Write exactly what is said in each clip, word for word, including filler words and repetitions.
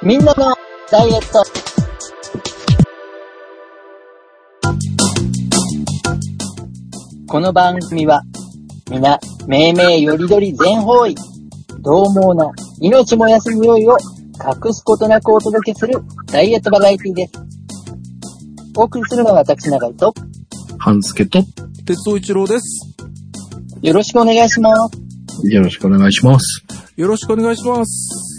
みんなのダイエット。この番組は皆命名よりどり全方位、獰猛な命燃やす匂いを隠すことなくお届けするダイエットバラエティです。お送りするのは私永井と半助と鉄道一郎です。 よろしくお願いします。 よろしくお願いします。 よろしくお願いします。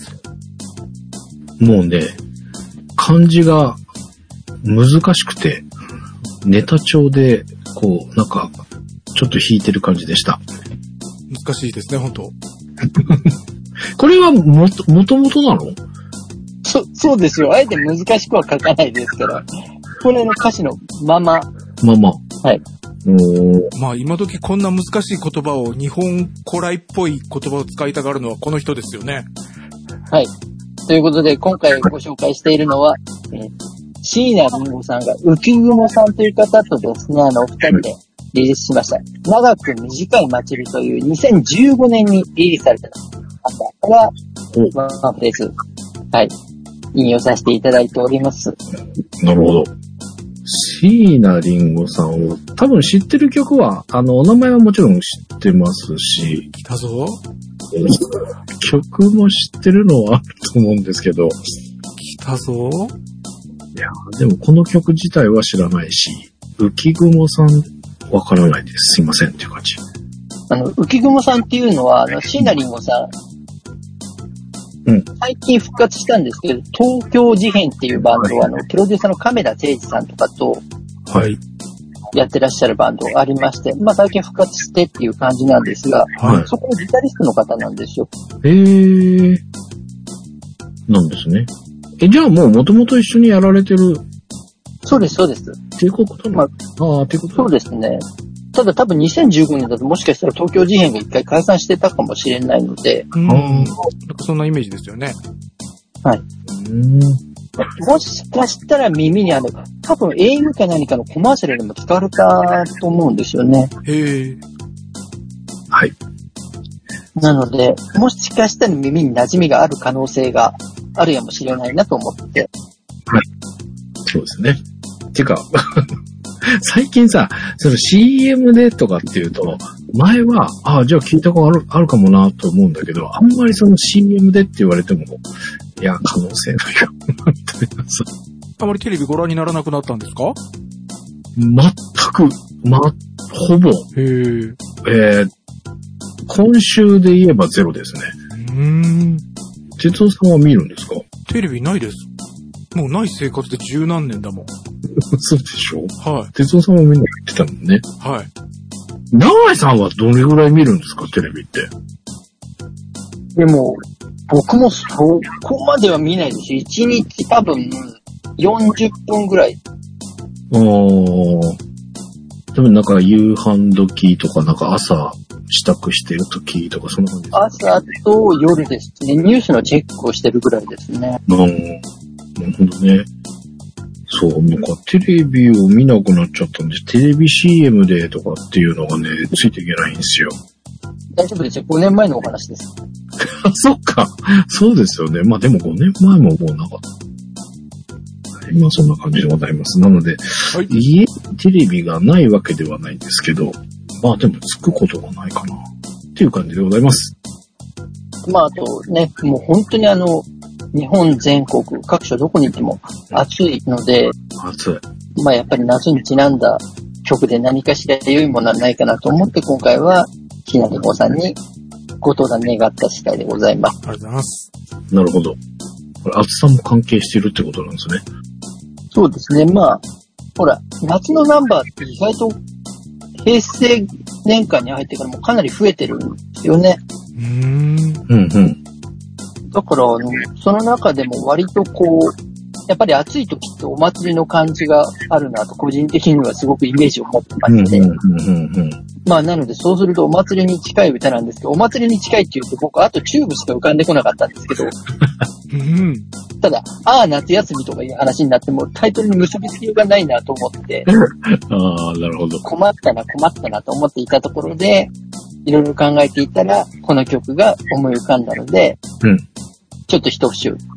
もうね、漢字が難しくて、ネタ帳で、こう、なんか、ちょっと引いてる感じでした。 難しいですね、本当。 これはもと、もともとなの？ そ、そうですよ。あえて難しくは書かないですから。これの歌詞のまま。 まま。 はい。 おまあ今時こんな難しい言葉を、日本古来っぽい言葉を使いたがるのはこの人ですよね。 はい。ということで、今回ご紹介しているのは、えー、椎名林檎さんが浮雲さんという方とですね、あの、二人でリリースしました。長く短い祭りというにせんじゅうごねんにリリースされた方から、ワンフレーズ、はい、引用させていただいております。 なるほど。椎名林檎さんを多分知ってる曲は、あの、お名前はもちろん知ってますし、 来たぞ。 曲も知ってるのはあると思うんですけど。 来たぞ。 いや、でもこの曲自体は知らないし、浮雲さんわからないです。すいませんっていう感じ。 あの、浮雲さんっていうのは、あの、椎名林檎さん、うん、最近復活したんですけど、東京事変っていうバンドは、あの、プロデューサーの亀田誠二さんとかと、 はい。 やってらっしゃるバンドがありまして、まあ最近復活してっていう感じなんですが、はい、そこのギタリストの方なんですよ。 へー。なんですね。え、じゃあもう元々一緒にやられてる？ そうです、そうです。 っていうことなの？まあ、ああ、っていうことそうですね。ただ多分にせんじゅうごねんだともしかしたら東京事変が一回解散してたかもしれないので。 うん。なんかそんなイメージですよね。 はい。うん。もしかしたら耳にあの、多分 エーエム か何かのコマーシャルでも使われたと思うんですよね。 へえ。 はい。 なので、もしかしたら耳に馴染みがある可能性があるやもしれないなと思って。 はい。そうですね。てか、最近さ、その シーエム でとかっていうと、前は、ああ、じゃあ聞いたことある、あるかもなと思うんだけど、あんまりその シーエム でって言われても、いや、可能性ないかもな、みたいなさ。 あまりテレビご覧にならなくなったんですか？ 全く、ま、ほぼ。へー。 えー、今週で言えばゼロですね。 うーん。 哲夫さんは見るんですか？ テレビないです。もうない生活で十何年だもん。 そうでしょ？ はい。 哲夫さんも見に行ってたもんね。 はい。 長井さんはどれぐらい見るんですか、テレビって？ でも、僕もそこまでは見ないですし、いちにち多分よんじゅっぷんぐらい。 ああ。多分なんか夕飯時とかなんか朝支度してる時とかそんな感じですか？ 朝と夜ですね。ニュースのチェックをしてるぐらいですね。 うん。なるほどね。そう、なんかテレビを見なくなっちゃったんで、テレビ シーエム でとかっていうのがね、ついていけないんですよ。 大丈夫ですよ。ごねんまえのお話です。 そっか。そうですよね。まあでもごねんまえももうなかった。まあそんな感じでございます。なので、はい、家にテレビがないわけではないんですけど、まあでもつくことがないかな。っていう感じでございます。 まああとね、もう本当にあの、日本全国各所どこに行っても暑いので、 暑い。 まあやっぱり夏にちなんだ曲で何かしら良いものはないかなと思って今回は椎名林檎さんにご登壇願った次第でございます。 ありがとうございます。 なるほど。これ暑さも関係しているってことなんですね。 そうですね。まあ、ほら、夏のナンバーって意外と平成年間に入ってからもかなり増えてるんですよね。 うーん。 うんうん。 だから、その中でも割とこう、やっぱり暑い時ってお祭りの感じがあるなと個人的にはすごくイメージを持ってまして。 うんうんうんうん、 まあなのでそうするとお祭りに近い歌なんですけど、お祭りに近いっていうと僕あとチューブしか浮かんでこなかったんですけど。 うん、 ただ、ああ夏休みとかいう話になってもタイトルに結びつきがないなと思って。 ああ、なるほど。 困ったな困ったなと思っていたところで、いろいろ考えていたらこの曲が思い浮かんだので、 うん、 ちょっと一節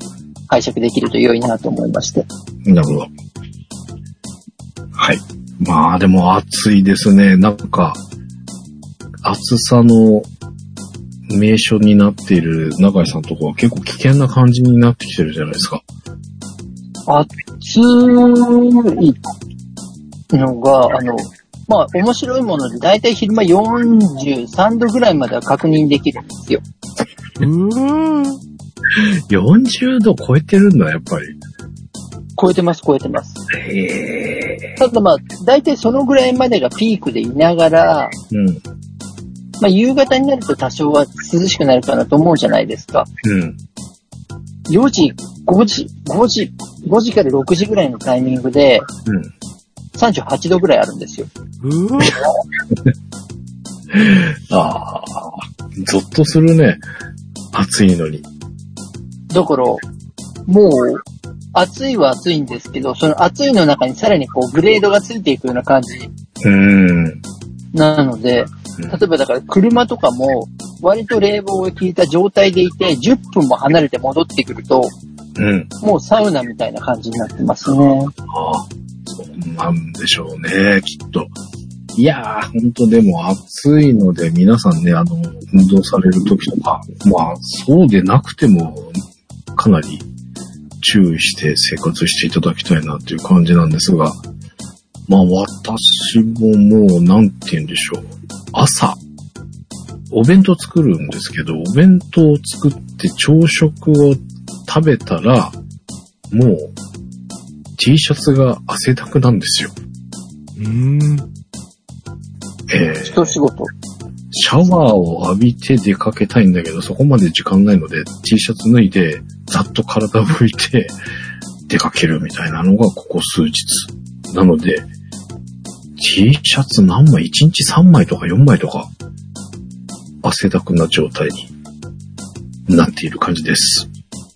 解釈できると良いなと思いまして。 なるほど。はい。まあでも暑いですね。なんか、暑さの名所になっている永井さんのところは結構危険な感じになってきてるじゃないですか。 暑いのが、あの、まあ面白いもので、だいたい昼間よんじゅうさんどぐらいまでは確認できるんですよ。 うーん。 よんじゅうど超えてるんだ、やっぱり。 超えてます、超えてます。 へー。 ただまあ、だいたいそのぐらいまでがピークでいながら、 うん。 まあ夕方になると多少は涼しくなるかなと思うじゃないですか。 うん。 よじ、ごじ、ごじ、ごじからろくじぐらいのタイミングで、 うん。 さんじゅうはちどぐらいあるんですよ。 うわああ、ゾッとするね。暑いのに。 だから、もう、暑いは暑いんですけど、その暑いの中にさらにこうグレードがついていくような感じうーん。 なので、例えばだから車とかも割と冷房が効いた状態でいてじゅっぷんも離れて戻ってくると、 うん。 もうサウナみたいな感じになってますね。 ああ、そうなんでしょうね、きっと。いやー、ほんとでも暑いので皆さんね、あの、運動されるときとか、まあ、そうでなくても、かなり注意して生活していただきたいなっていう感じなんですが、まあ私ももう、なんて言うんでしょう。朝、お弁当作るんですけど、お弁当を作って朝食を食べたら、もう T シャツが汗だくなんですよ。 うーん。 えー、 一仕事。 シャワーを浴びて出かけたいんだけど、そこまで時間ないので T シャツ脱いで、ざっと体を拭いて出かけるみたいなのがここ数日。なので、T シャツ何枚 ?いちにちさんまいとかよんまいとか、汗だくな状態になっている感じです。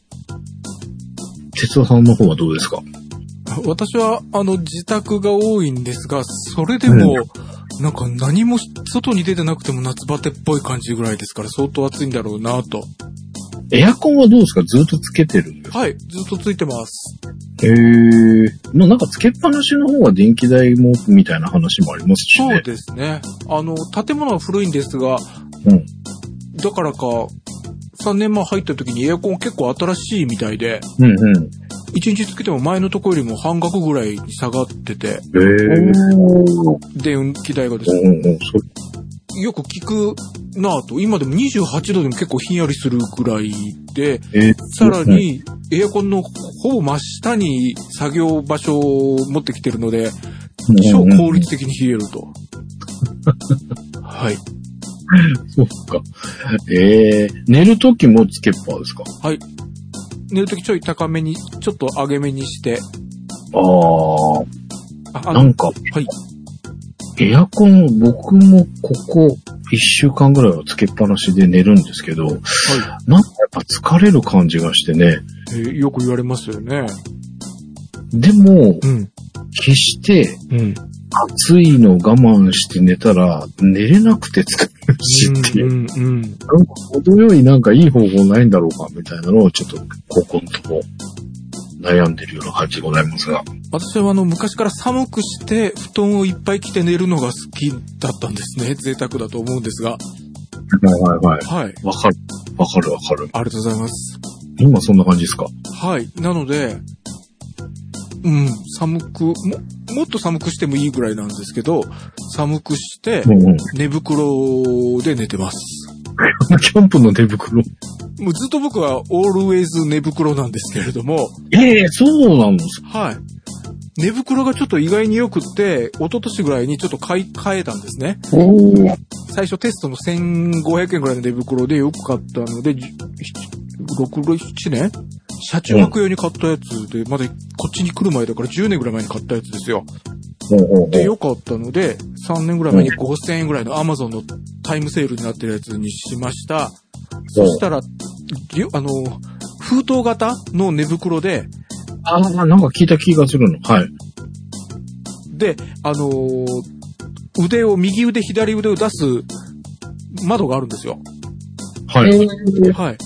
哲夫さんの方はどうですか？ 私は、あの、自宅が多いんですが、それでも、うん、なんか何も外に出てなくても夏バテっぽい感じぐらいですから、相当暑いんだろうなと。 エアコンはどうですか？ずっとつけてるんですか？ はい、ずっとついてます。 へー。まあなんかつけっぱなしの方が電気代もみたいな話もありますしね。 そうですね。あの、建物は古いんですが、 うん。 だからか、さんねんまえ入った時にエアコン結構新しいみたいで、 うんうん。 いちにちつけても前のとこよりも半額ぐらいに下がってて、 へー。 電気代がですね。 うんうん、そうよく聞くなぁと、今でもにじゅうはちどでも結構ひんやりするぐらいで、 えー、 さらにエアコンのほぼ真下に作業場所を持ってきてるので、超効率的に冷えると。はい。 そうか。えー、寝るときもつけっぱですか？ はい。寝るときちょい高めに、ちょっと上げめにして。 あー。 あ、あなんか、 はい。 エアコン、僕もここいっしゅうかんぐらいはつけっぱなしで寝るんですけど、はい、なんかやっぱ疲れる感じがしてね。 えー、よく言われますよね。 でも、 うん、 決して、 うん、 暑いのを我慢して寝たら寝れなくて疲れるしっていう。うんうんうん、なんか程よいなんかいい方法ないんだろうかみたいなのをちょっとここのとこ悩んでるような感じでございますが。 私はあの昔から寒くして布団をいっぱい着て寝るのが好きだったんですね。贅沢だと思うんですが。 はいはいはい。 はい。 わかる。わかるわかる。 ありがとうございます。 今そんな感じですか？はい。 なので、うん、寒く、も、もっと寒くしてもいいぐらいなんですけど、寒くして、寝袋で寝てます。 キャンプの寝袋？ もうずっと僕はオールウェイズ寝袋なんですけれども。 ええー、そうなんですか？ はい。寝袋がちょっと意外に良くって、一昨年ぐらいにちょっと買い替えたんですね。最初テストのせんごひゃくえんぐらいの寝袋でよく買ったので、ろく、ななねん車中泊用に買ったやつで、まだこっちに来る前だからじゅうねんぐらい前に買ったやつですよ。で、よかったので、さんねんぐらい前にごせんえんぐらいの Amazon のタイムセールになってるやつにしました。そしたら、あの、封筒型の寝袋で、 ああ、なんか聞いた気がするの。はい。 で、あのー、腕を、右腕、左腕を出す窓があるんですよ。 はい。 はい。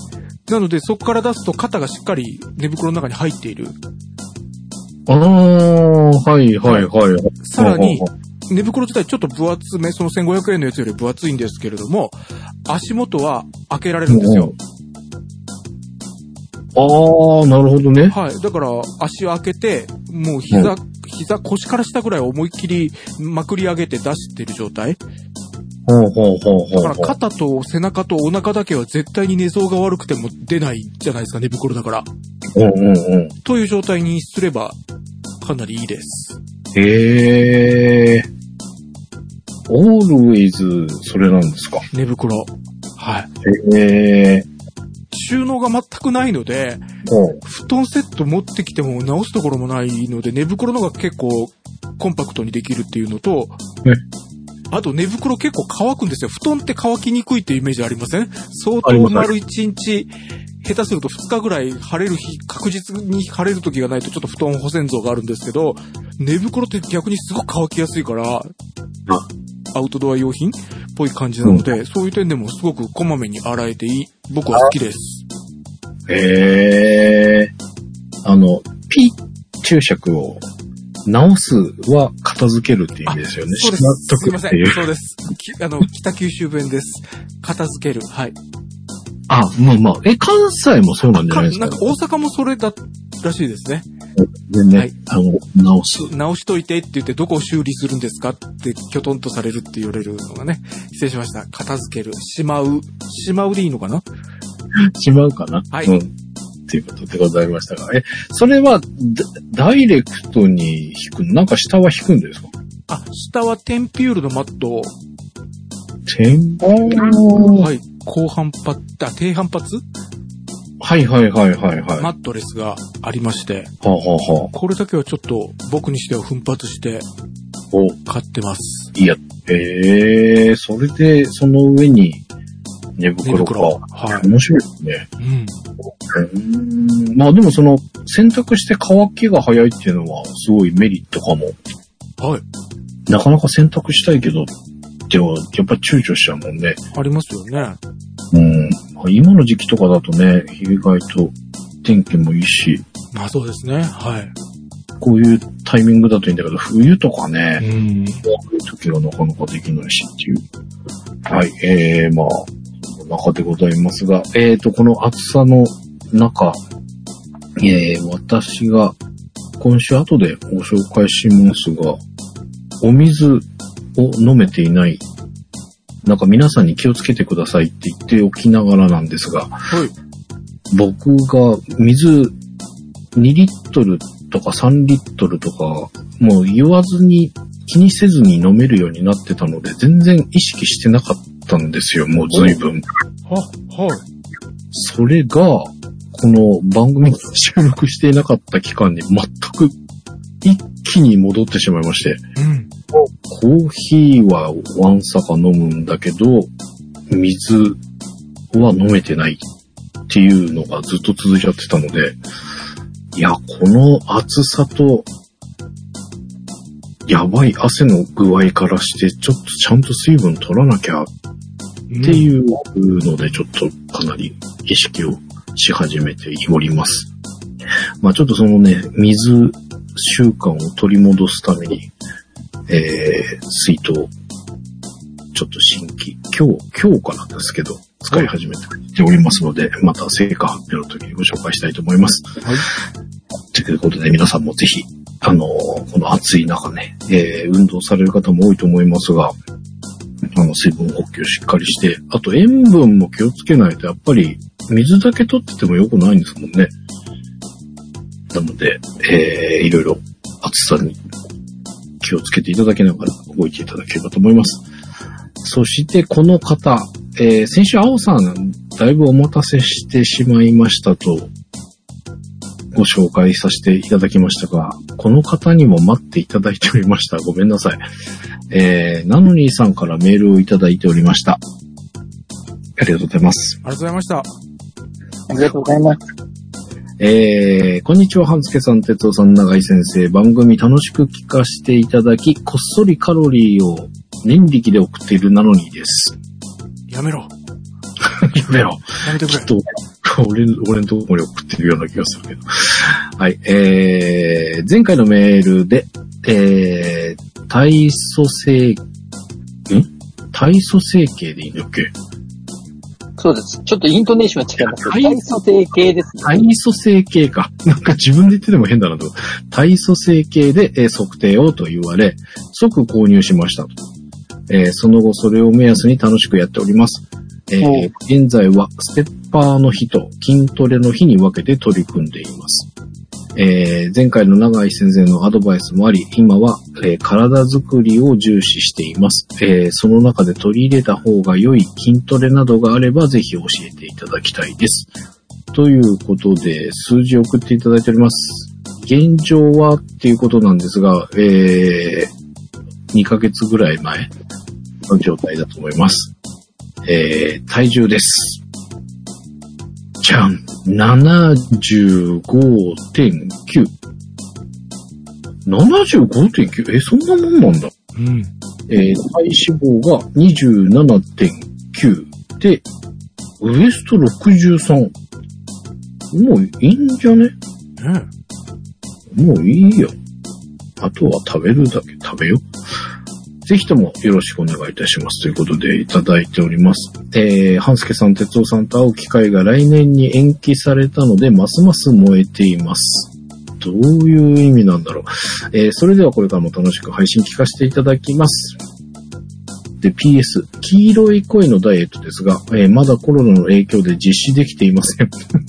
なので、そこから出すと肩がしっかり寝袋の中に入っている。 ああ、はいはいはい。 さらに、寝袋自体ちょっと分厚め、そのせんごひゃくえんのやつより分厚いんですけれども、足元は開けられるんですよ。 ああ、なるほどね。 はい。だから、足を開けて、もう膝、うん、膝、腰から下ぐらい思いっきりまくり上げて出してる状態。 ほうほうほうほう。 だから肩と背中とお腹だけは絶対に寝相が悪くても出ないじゃないですか、寝袋だから。 うんうんうん。 という状態にすれば、かなりいいです。 へえ。always それなんですか？ 寝袋。はい。 へえ。 収納が全くないので、布団セット持ってきても直すところもないので、寝袋の方が結構コンパクトにできるっていうのと、あと寝袋結構乾くんですよ。布団って乾きにくいっていうイメージありません？相当丸一日、下手するとふつかぐらい晴れる日、確実に晴れる時がないとちょっと布団干せんぞがあるんですけど、寝袋って逆にすごく乾きやすいから、アウトドア用品っぽい感じなので、うん、そういう点でもすごくこまめに洗えていい。僕は好きです。 へー。あの、ピー注釈を直すは片付けるっていう意味ですよね。 そうです。すいません。そうです。あの、北九州弁です。片付ける。はい。 あ、まあまあ。え、関西もそうなんじゃないですか？ なんか大阪もそれだらしいですね。 全然、はい、あの、直す。 直しといてって言ってどこを修理するんですかってきょとんとされるって言われるのがね。失礼しました。片付ける。しまう。しまうでいいのかな？ しまうかな？ はい。 うん。ということでございましたが。え、それは、ダイレクトに引くの？なんか下は引くんですか？ あ、下はテンピュールのマットを。 テンピュール？ はい。高反発、あ、低反発？ はいはいはいはいはい。 マットレスがありまして。 はあ、はあはあ、 これだけはちょっと僕にしては奮発して買ってます。 いや、えー、それでその上に寝袋か。はい。面白いですね。うん。うん。まあでもその洗濯して乾きが早いっていうのはすごいメリットかも。 はい。 なかなか洗濯したいけど、でもやっぱ躊躇しちゃうもんね。 ありますよね。 うん。今の時期とかだとね、意外と天気もいいし。 まあそうですね。はい。 こういうタイミングだといいんだけど、冬とかね、 うん。 そういう時はなかなかできないしっていう。はい。えー、まあ、その中でございますが、えーと、この暑さの中、えー、私が今週後でご紹介しますが、お水を飲めていない、なんか皆さんに気をつけてくださいって言っておきながらなんですが、 はい、 僕が水にリットルとかさんリットルとか、もう言わずに気にせずに飲めるようになってたので、全然意識してなかったんですよ、もう随分。 は、はい。 それが、この番組に収録していなかった期間に全く一気に戻ってしまいまして、 うん、 コーヒーはワンサカ飲むんだけど、水は飲めてないっていうのがずっと続いちゃってたので、いや、この暑さと、やばい汗の具合からして、ちょっとちゃんと水分取らなきゃっていうので、ちょっとかなり意識をし始めております。まあちょっとそのね、水習慣を取り戻すために、えー、水筒、ちょっと新規、今日、今日からですけど、使い始めておりますので、また成果発表の時にご紹介したいと思います。 はい。 ということで皆さんもぜひ、あのー、この暑い中ね、えー、運動される方も多いと思いますが、あの、水分補給しっかりして、あと塩分も気をつけないと、やっぱり水だけ取ってても良くないんですもんね。なので、えー、いろいろ暑さに気をつけていただきながら動いていただければと思います。そしてこの方、えー、先週青さんだいぶお待たせしてしまいましたとご紹介させていただきましたが、この方にも待っていただいておりました。ごめんなさい。えー、ナノニーさんからメールをいただいておりました。ありがとうございます。 ありがとうございました。 ありがとうございます。 えー、こんにちは、半助さん、哲夫さん、永井先生。番組楽しく聞かせていただき、こっそりカロリーを年力で送っているナノニーです。 やめろ。 やめろ。 やめてくれ。 きっと、 俺、俺のところに送ってるような気がするけど。はい。えー、前回のメールで、えー、体組成、ん体組成計でいいんだっけ？ そうです。ちょっとイントネーションは違いますけど、体組成計ですね。 体組成計か。なんか自分で言ってても変だなと。体組成計で、えー、測定をと言われ、即購入しましたと。えー、その後それを目安に楽しくやっております。えー、現在はステッパーの日と筋トレの日に分けて取り組んでいます。えー、前回の永井先生のアドバイスもあり、今は、えー、体づくりを重視しています。えー、その中で取り入れた方が良い筋トレなどがあればぜひ教えていただきたいです。ということで、数字を送っていただいております。現状はっていうことなんですが、えー、にかげつぐらい前の状態だと思います。えー、体重です。じゃん !ななじゅうごてんきゅう。ななじゅうごてんきゅう? え、そんなもんなんだ。 うん。 えー、体脂肪が にじゅうななてんきゅう で、ウエストろくじゅうさん。もういいんじゃね？ うん。 もういいよ。あとは食べるだけ食べよう。ぜひともよろしくお願いいたしますということでいただいております。えー、半助さん、哲夫さんと会う機会が来年に延期されたので、ますます燃えています。どういう意味なんだろう。えー、それではこれからも楽しく配信聞かせていただきます。で、ピーエス、黄色い声のダイエットですが、えー、まだコロナの影響で実施できていません。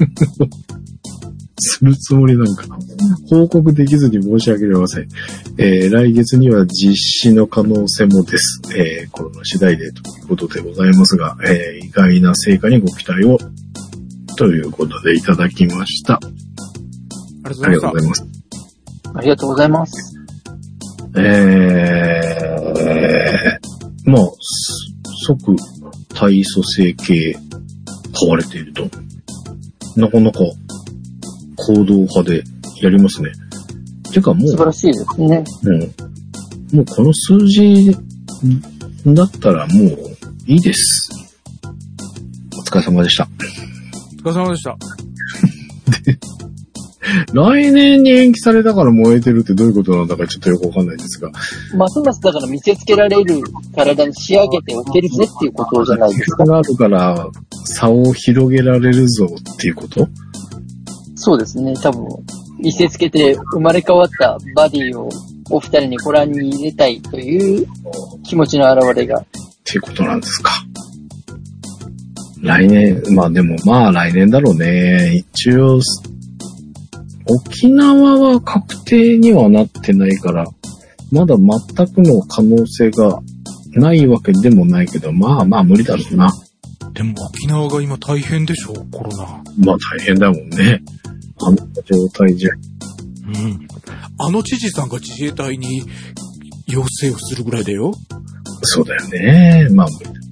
するつもりなんか報告できずに申し訳ありません。えー、来月には実施の可能性もです。えー、コロナ次第でということでございますが、えー、意外な成果にご期待をということでいただきました。 ありがとうございます。 ありがとうございます。 えー、まあ、即体組成計買われていると。なかなか行動派でやりますね。てかもう。 素晴らしいですね。 うん。もうこの数字だったらもういいです。お疲れ様でした。 お疲れ様でした。 で、来年に延期されたから燃えてるってどういうことなんだかちょっとよくわかんないですが。 ますますだから見せつけられる体に仕上げておけるぜっていうことじゃないですか。 があるから差を広げられるぞっていうこと？ そうですね。多分、見せつけて生まれ変わったバディをお二人にご覧に入れたいという気持ちの表れが。 っていうことなんですか。来年、まあでもまあ来年だろうね。一応、沖縄は確定にはなってないから、まだ全くの可能性がないわけでもないけど、まあまあ無理だろうな。 でも沖縄が今大変でしょ、コロナ。 まあ大変だもんね。あの状態じゃ。 うん。あの知事さんが自衛隊に要請をするぐらいだよ。 そうだよね。まあ、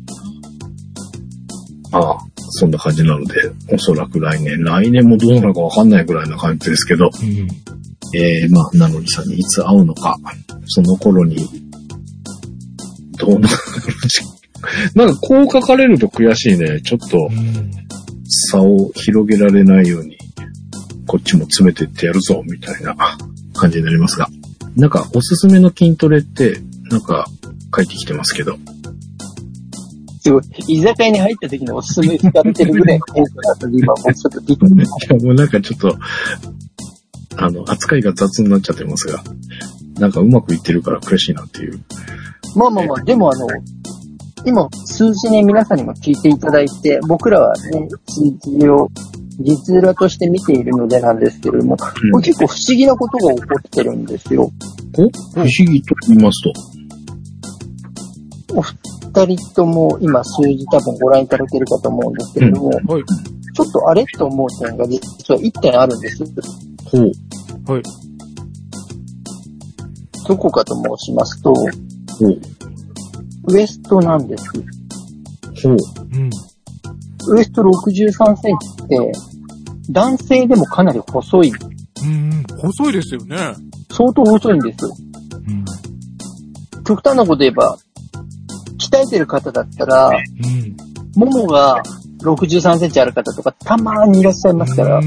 まあ、そんな感じなので、おそらく来年、来年もどうなるかわかんないぐらいな感じですけど、うん、えー、まあ、なのにさんにいつ会うのか、その頃に、どうなるのか。なんかこう書かれると悔しいね。ちょっと、差を広げられないように、こっちも詰めてってやるぞ、みたいな感じになりますが。なんか、おすすめの筋トレって、なんか、書いてきてますけど。 すごい。居酒屋に入った時のおすすめ聞かれてるぐらいのテンションだったので、今もうちょっとびっくり。いや、もうなんかちょっと、あの、扱いが雑になっちゃってますが、なんかうまくいってるから悔しいなっていう。 まあまあまあ、でもあの、今、数字ね、皆さんにも聞いていただいて、僕らはね、数字を実裏として見ているのでなんですけれども、うん、これ結構不思議なことが起こってるんですよ。 お？不思議と言いますと？ お二人とも今数字多分ご覧いただけるかと思うんですけれども、うんはい、ちょっとあれと思う点が実はいってんあるんです。 ほう。 はい。 どこかと申しますと、ほう。ウエストなんです。 ほう。 うん。 ウエストろくじゅうさんセンチって、男性でもかなり細い。 うん、細いですよね。 相当細いんですよ。うん、極端なこと言えば、鍛えてる方だったら、うん、ももがろくじゅうさんセンチある方とかたまにいらっしゃいますから。 ろく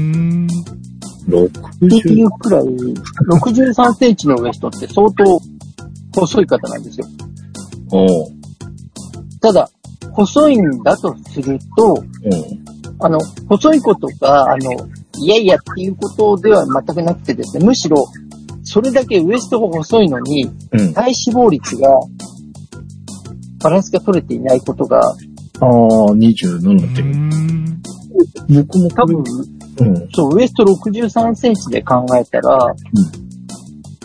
っていうくらい、ろくじゅうさんセンチのウエストって相当細い方なんですよ。 おう。 ただ、細いんだとすると、 うん、 あの、細いことが、あの、いやいやっていうことでは全くなくてですね、むしろ、それだけウエストが細いのに、うん、体脂肪率が、バランスが取れていないことが、 ああ、にじゅうななてん。僕も多分、うん、そう、ウエストろくじゅうさんセンチで考えたら、うん、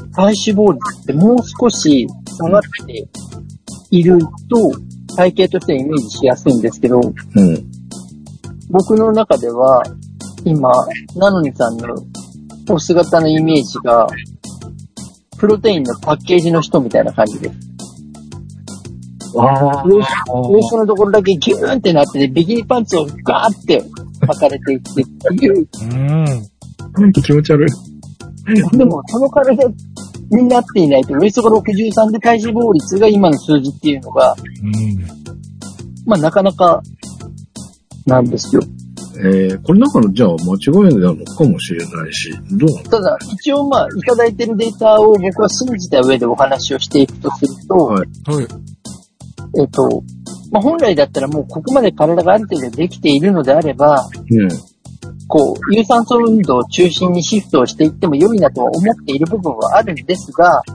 体脂肪率ってもう少し下がっていると、体型としてはイメージしやすいんですけど、うん、僕の中では、今、なのにさんのお姿のイメージが、プロテインのパッケージの人みたいな感じです。 あウエストのところだけギューンってなってて、ビキニパンツをガーって履かれていってっていう。 うん。気持ち悪い。でも、その体になっていないと、ウエストがろくじゅうさんで体脂肪率が今の数字っていうのが、うん、まあなかなかなんですよ。 えー、これなんかの、じゃあ間違いなのかもしれないし、どうなの？ ただ、一応まあ、いただいてるデータを僕は信じた上でお話をしていくとすると、はい。はい。えっと、まあ、本来だったらもうここまで体がある程度できているのであれば、うん。こう、有酸素運動を中心にシフトをしていっても良いなとは思っている部分はあるんですが、はい。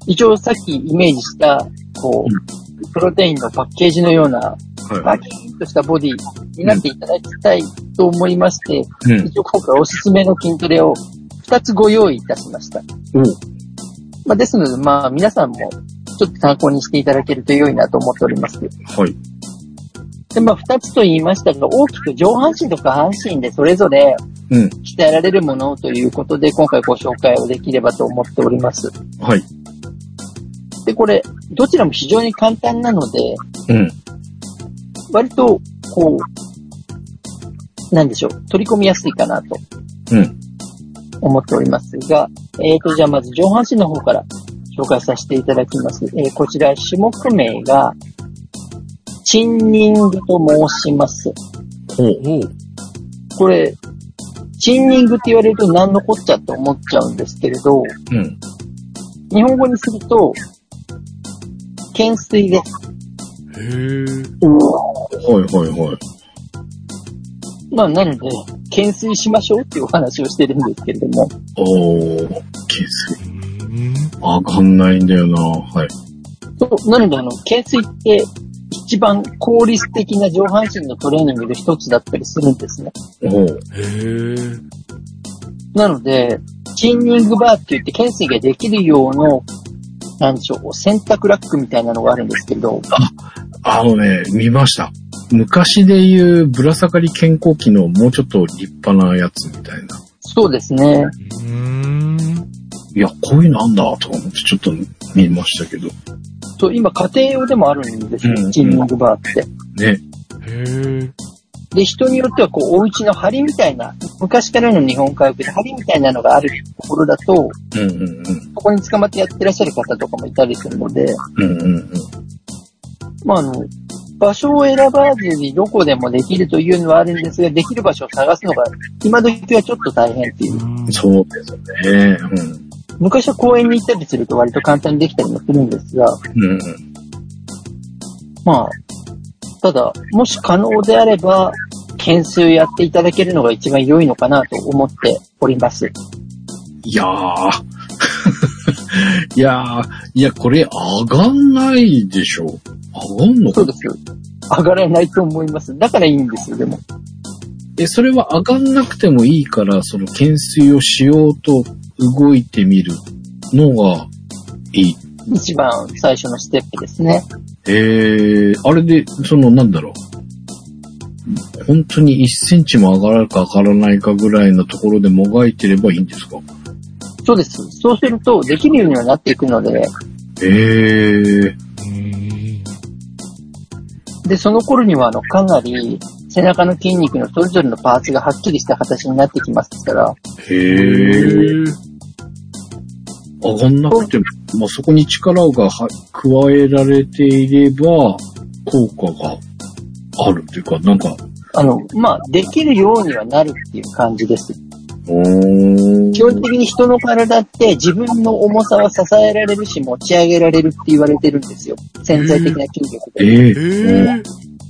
一応さっきイメージした、こう、うん、プロテインのパッケージのような、バキッとしたボディになっていただきたいと思いまして、うん、一応今回おすすめの筋トレをふたつご用意いたしました。うん、まあ、ですので、まあ皆さんもちょっと参考にしていただけると良いなと思っております。はい。で、まあふたつと言いましたが、大きく上半身と下半身でそれぞれ鍛えられるものということで、今回ご紹介をできればと思っております。はい。で、これ、どちらも非常に簡単なので、うん。割と、こう、なんでしょう、取り込みやすいかなと、うん。思っておりますが、えーと、じゃあまず上半身の方から紹介させていただきます。えー、こちら、種目名が、チンニングと申します。ほう。これ、チンニングって言われると何のこっちゃって思っちゃうんですけれど、うん。日本語にすると、懸垂です。 へー。はいはいはい。 まあ、なので、懸垂しましょうっていうお話をしてるんですけれども。 おー、懸垂。わかんないんだよな。はい。 そう、なので、あの、懸垂って一番効率的な上半身のトレーニングで一つだったりするんですね。おー。へー。なので、チンニングバーって言って懸垂ができるような、なんでしょう、洗濯ラックみたいなのがあるんですけど。 あ、あのね、見ました。昔でいうぶら下がり健康器のもうちょっと立派なやつみたいな。 そうですね。 うーん。いや、こういうのあんだと思ってちょっと見ましたけど。 そう、今家庭用でもあるんですよ、うん、チンニングバーって。ね。へー。で、人によってはこう、お家の梁みたいな、昔からの日本家屋で梁みたいなのがあるところだと、うんうんうん、そこに捕まってやってらっしゃる方とかもいたりするので、うんうんうん、まあ、あの、場所を選ばずにどこでもできるというのはあるんですが、できる場所を探すのが、今時はちょっと大変っていう。 そうですね。うん、 昔は公園に行ったりすると割と簡単にできたりもするんですが、うんうん、まあ、ただ、もし可能であれば、懸垂やっていただけるのが一番良いのかなと思っております。 いやー。いやー、いや、これ上がんないでしょ。上がんのか？ そうですよ。上がらないと思います。だからいいんですよ、でも。 え、それは上がんなくてもいいから、その懸垂をしようと動いてみるのがいい。 一番最初のステップですね。 えー、あれで、その、なんだろう。本当にいっセンチも上がるか上がらないかぐらいのところでもがいてればいいんですか？ そうです。そうすると、できるようにはなっていくので。 えー。 で、その頃には、あの、かなり、背中の筋肉のそれぞれのパーツがはっきりした形になってきますから。 へー。上がんなくても、まあ、そこに力が加えられていれば、効果があるっていうか、なんか。 あの、まあ、できるようにはなるっていう感じです。 おー。 基本的に人の体って自分の重さは支えられるし持ち上げられるって言われてるんですよ。潜在的な筋力で。 えー、え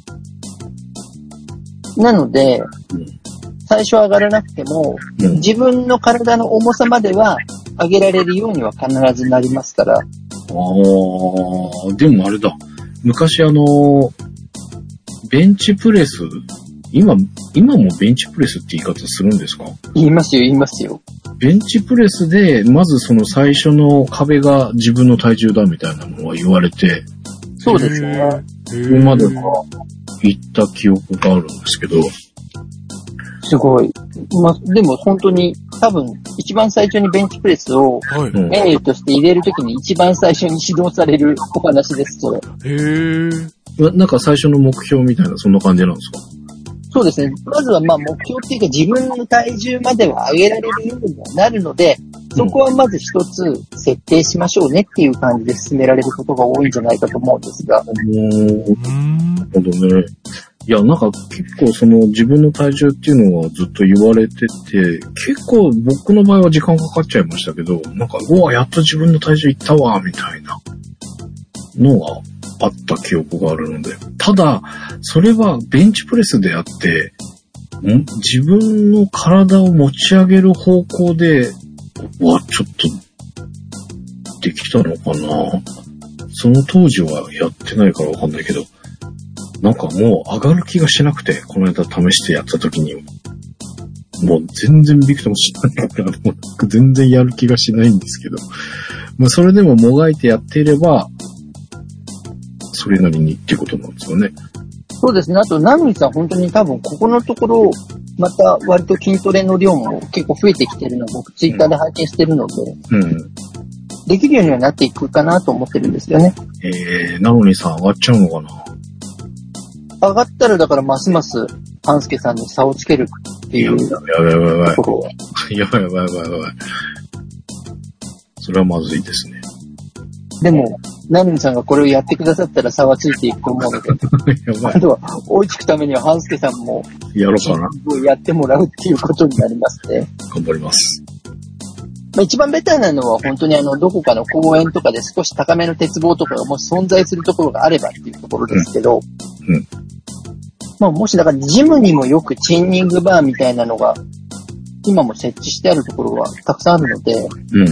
ー、なので、うん、最初上がらなくても、うん、自分の体の重さまでは上げられるようには必ずなりますから。ああ、でもあれだ。昔あの、ベンチプレス、今、今もベンチプレスって言い方するんですか？ 言いますよ、言いますよ。 ベンチプレスで、まずその最初の壁が自分の体重だみたいなのは言われて、 そうですね。 そこまでは行った記憶があるんですけど。 すごい。まあ、でも本当に多分一番最初にベンチプレスをメニューとして入れるときに一番最初に指導されるお話です、それ。 へー。 なんか最初の目標みたいな、そんな感じなんですか？ そうですね。まずはまあ目標っていうか自分の体重までは上げられるようにはなるので、そこはまず一つ設定しましょうねっていう感じで進められることが多いんじゃないかと思うんですが。 なるほどね。いや、なんか結構その自分の体重っていうのはずっと言われてて、結構僕の場合は時間かかっちゃいましたけど、なんか、うわ、やっと自分の体重いったわ、みたいなのがあった記憶があるので。ただ、それはベンチプレスであって、ん自分の体を持ち上げる方向で、うわ、ちょっと、できたのかな？その当時はやってないからわかんないけど、なんかもう上がる気がしなくて、この間試してやった時に、もう全然びくともしないから、もう全然やる気がしないんですけど、まあそれでももがいてやっていれば、それなりにっていうことなんですよね。 そうですね。あと、ナミさん本当に多分ここのところ、また割と筋トレの量も結構増えてきてるのを僕ツイッターで拝見してるので、うん、できるようにはなっていくかなと思ってるんですよね。 えー、なのにさん上がっちゃうのかな？ 上がったらだからますます半助さんに差をつけるっていうところは。 やばいやばいやばい。やばいやばいやばいやばい。それはまずいですね。 でも、ナミさんがこれをやってくださったら差はついていくと思うので、 やばい。 あとは追いつくためには半助さんもやろうかな。 やってもらうっていうことになりますね。 頑張ります。 まあ、一番ベターなのは本当にあのどこかの公園とかで少し高めの鉄棒とかがもし存在するところがあればっていうところですけど、うんうん、まあ、もしだからジムにもよくチンニングバーみたいなのが今も設置してあるところはたくさんあるので、うん、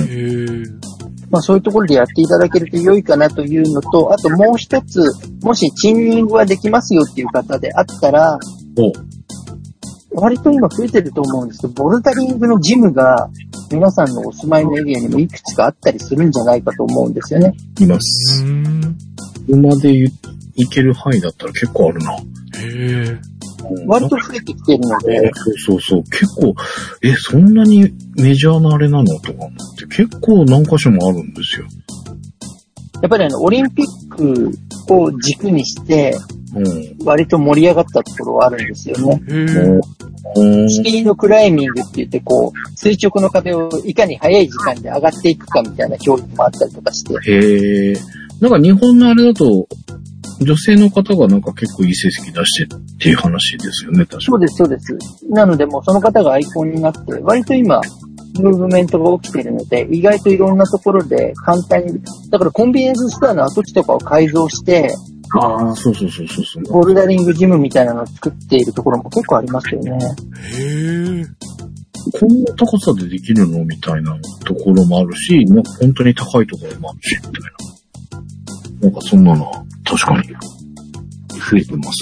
まあ、そういうところでやっていただけると良いかなというのと、あともう一つ、もしチンニングはできますよっていう方であったら、割と今増えてると思うんですけど、ボルダリングのジムが皆さんのお住まいのエリアにもいくつかあったりするんじゃないかと思うんですよね。 います。車で行ける範囲だったら結構あるな。へー。割と増えてきてるので。 そうそうそう。結構、え、そんなにメジャーなあれなのとか思って結構何箇所もあるんですよ。 やっぱりあの、オリンピックを軸にして、うん、割と盛り上がったところはあるんですよね。うん、スピードクライミングって言って、こう、垂直の壁をいかに早い時間で上がっていくかみたいな競技もあったりとかして。 へー。なんか日本のあれだと、女性の方がなんか結構いい成績出してっていう話ですよね、確かに。 そうです、そうです。なのでもうその方がアイコンになって、割と今、ムーブメントが起きているので、意外といろんなところで簡単に、だからコンビニエンスストアの跡地とかを改造して、 ああ、そうそうそうそうそう。 ボルダリングジムみたいなのを作っているところも結構ありますよね。 へー。こんな高さでできるのみたいなところもあるし、なんか本当に高いところもあるし、みたいな。なんかそんなのは確かに増えてます。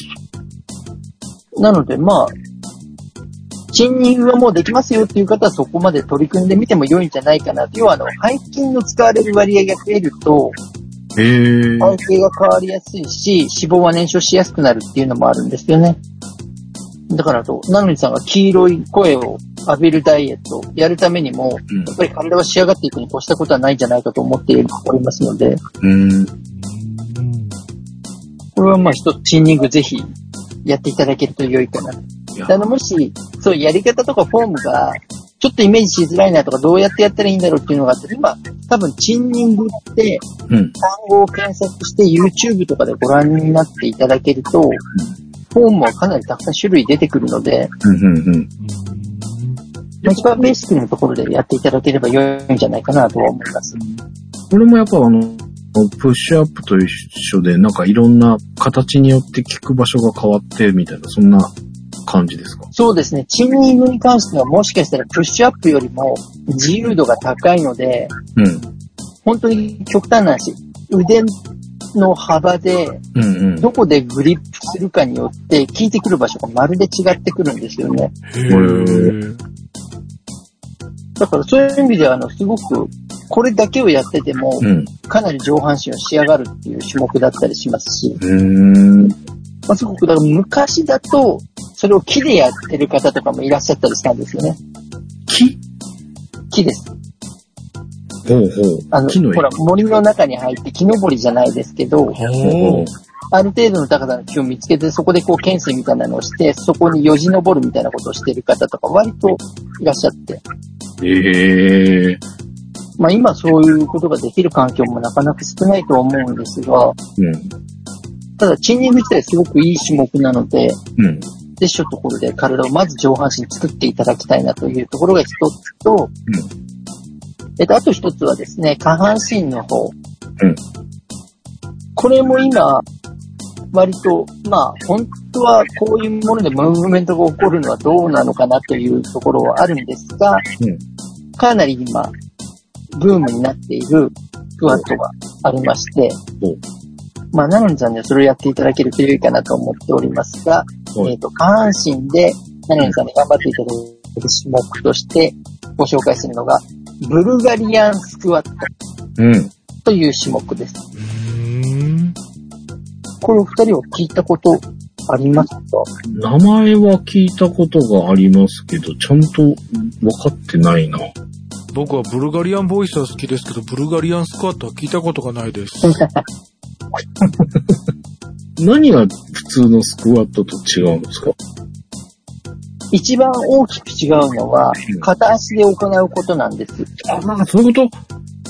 なのでまあ、チンニングがもうできますよっていう方はそこまで取り組んでみても良いんじゃないかな。要はあの、背筋の使われる割合が増えると、 へー。 体型が変わりやすいし、脂肪は燃焼しやすくなるっていうのもあるんですよね。だからと、ナノリさんが黄色い声を浴びるダイエットをやるためにも、うん、やっぱり体は仕上がっていくに越したことはないんじゃないかと思っておりますので、うん、これはまあ一つチンニングぜひやっていただけると良いかな。あのもし、そうやり方とかフォームがちょっとイメージしづらいなとかどうやってやったらいいんだろうっていうのがあって、今多分チンニングって単語を検索して YouTube とかでご覧になっていただけると、 フォームはかなりたくさん種類出てくるので、 うんうんうん。 一番ベーシックなところでやっていただければ良いんじゃないかなとは思います。 これもやっぱあの、プッシュアップと一緒で、なんかいろんな形によって効く場所が変わってみたいな、そんな感じですか？ そうですね。チンニングに関してはもしかしたらプッシュアップよりも自由度が高いので、うん、本当に極端な話、腕の幅で、どこでグリップするかによって効いてくる場所がまるで違ってくるんですよね。へー。だからそういう意味では、あの、すごく、これだけをやってても、うん、かなり上半身を仕上がるっていう種目だったりしますし、うーん、まあ、すごく、だから昔だと、それを木でやってる方とかもいらっしゃったりしたんですよね。 木？ 木です。 ほうほう。 あの、ほら、森の中に入って木登りじゃないですけど、ある程度の高さの木を見つけて、そこでこう懸垂みたいなのをして、そこによじ登るみたいなことをしている方とか割といらっしゃって。 ええー。 まあ今そういうことができる環境もなかなか少ないとは思うんですが、うん、ただチンニング自体すごくいい種目なので、うん、ぜひところで体をまず上半身作っていただきたいなというところが一つと、うん、えっと、あと一つはですね、下半身の方。うん、これも今、割と、まあ、本当はこういうものでムーブメントが起こるのはどうなのかなというところはあるんですが、うん、かなり今、ブームになっているスクワットがありまして、うん、まあ、ナノンさんにはそれをやっていただけると良いかなと思っておりますが、うん、えっと、下半身でナノンさんに頑張っていただける種目としてご紹介するのが、ブルガリアンスクワットという種目です。うん、これお二人は聞いたことありますか？ 名前は聞いたことがありますけど、ちゃんと分かってないな。 僕はブルガリアンボイスは好きですけど、ブルガリアンスクワットは聞いたことがないです。 何が普通のスクワットと違うんですか？ 一番大きく違うのは、片足で行うことなんです。 あ、なんかそういうこと？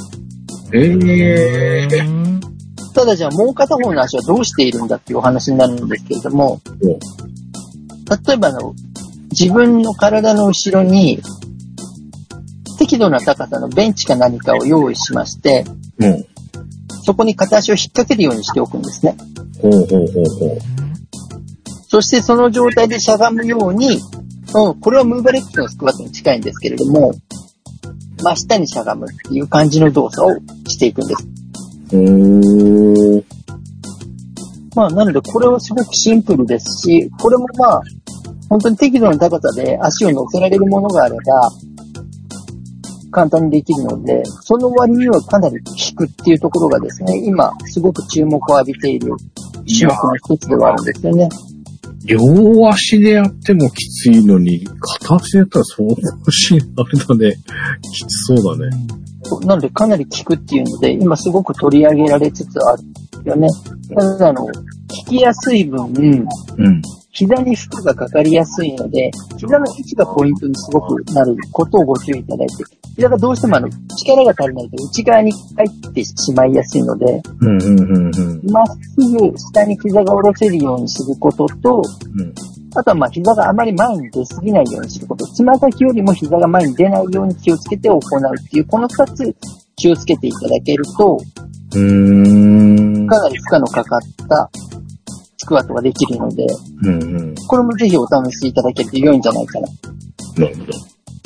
ええー。 ただじゃあもう片方の足はどうしているんだっていうお話になるんですけれども、うん、例えばあの、自分の体の後ろに、適度な高さのベンチか何かを用意しまして、うん、そこに片足を引っ掛けるようにしておくんですね。ほうほうほうほう。そしてその状態でしゃがむように、うん、これはムーバレックスのスクワットに近いんですけれども、真下にしゃがむっていう感じの動作をしていくんです。うーん。まあ、なのでこれはすごくシンプルですし、これもまあ、本当に適度な高さで足を乗せられるものがあれば、簡単にできるので、その割にはかなり効くっていうところがですね、今すごく注目を浴びている種目の一つではあるんですよね。 両足でやってもきついのに、片足でやったら相当しいあれだね。きつそうだね。 なのでかなり効くっていうので、今すごく取り上げられつつあるんですよね。ただあの、効きやすい分、うん、膝に負荷がかかりやすいので、膝の位置がポイントにすごくなることをご注意いただいて、膝がどうしてもあの力が足りないと内側に入ってしまいやすいので、ま、うんうんうんうん、っすぐ下に膝が下ろせるようにすることと、うん、あとはまあ膝があまり前に出すぎないようにすること、つま先よりも膝が前に出ないように気をつけて行うっていう、この二つ気をつけていただけると、うーん、かなり負荷のかかったスクワットができるので、うんうん、これもぜひお試しいただけると良いんじゃないかな。なるほど。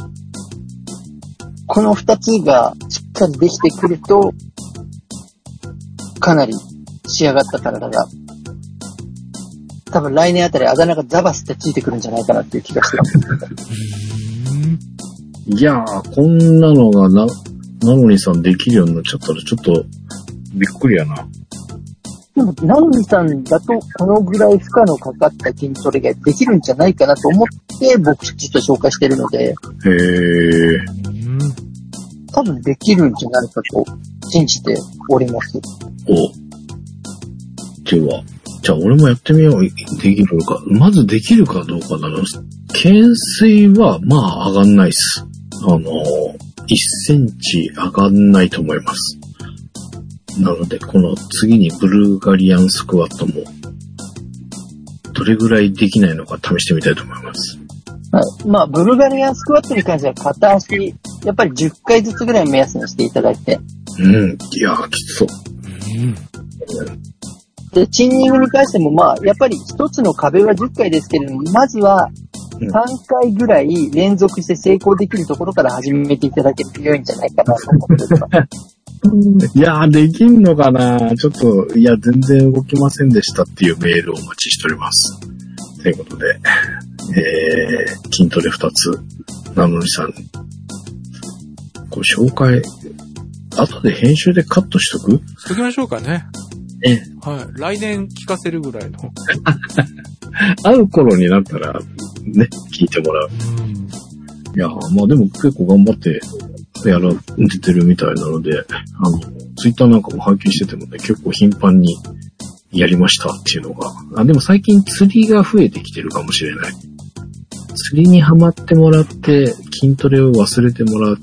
この二つがしっかりできてくると、かなり仕上がった体が、多分来年あたりあだ名がザバスってついてくるんじゃないかなっていう気がしてます。 いやー、こんなのがな、ナノニさんできるようになっちゃったらちょっとびっくりやな。 でも、ナノニさんだとこのぐらい負荷のかかった筋トレができるんじゃないかなと思って僕実は紹介してるので。へー。多分できるんじゃないかと信じております。お。 では、じゃあ俺もやってみよう。できるのか。まずできるかどうかなの。懸垂はまあ上がんないっす。あの、いっセンチ上がんないと思います。なので、この次にブルガリアンスクワットもどれぐらいできないのか試してみたいと思います。 はい。まあ、ブルガリアンスクワットに関しては片足、やっぱりじゅっかいずつぐらい目安にしていただいて。 うん。いやー、きつそう。うん。 で、チンニングに関しても、まあ、やっぱり一つの壁はじゅっかいですけれども、まずはさんかいぐらい連続して成功できるところから始めていただけると良いんじゃないかなと思ってます。 いやー、できんのかなちょっと、いや、全然動きませんでしたっていうメールをお待ちしております。ということで、えー、筋トレふたつ、なのにさん、これ紹介、後で編集でカットしとく？ しときましょうかね。 えはい。来年聞かせるぐらいの。 会う頃になったら、ね、聞いてもらう。いや、まあでも結構頑張ってやられてるみたいなので、あの、ツイッターなんかも拝見しててもね、結構頻繁にやりましたっていうのが。あ、でも最近釣りが増えてきてるかもしれない。釣りにハマってもらって、筋トレを忘れてもらって、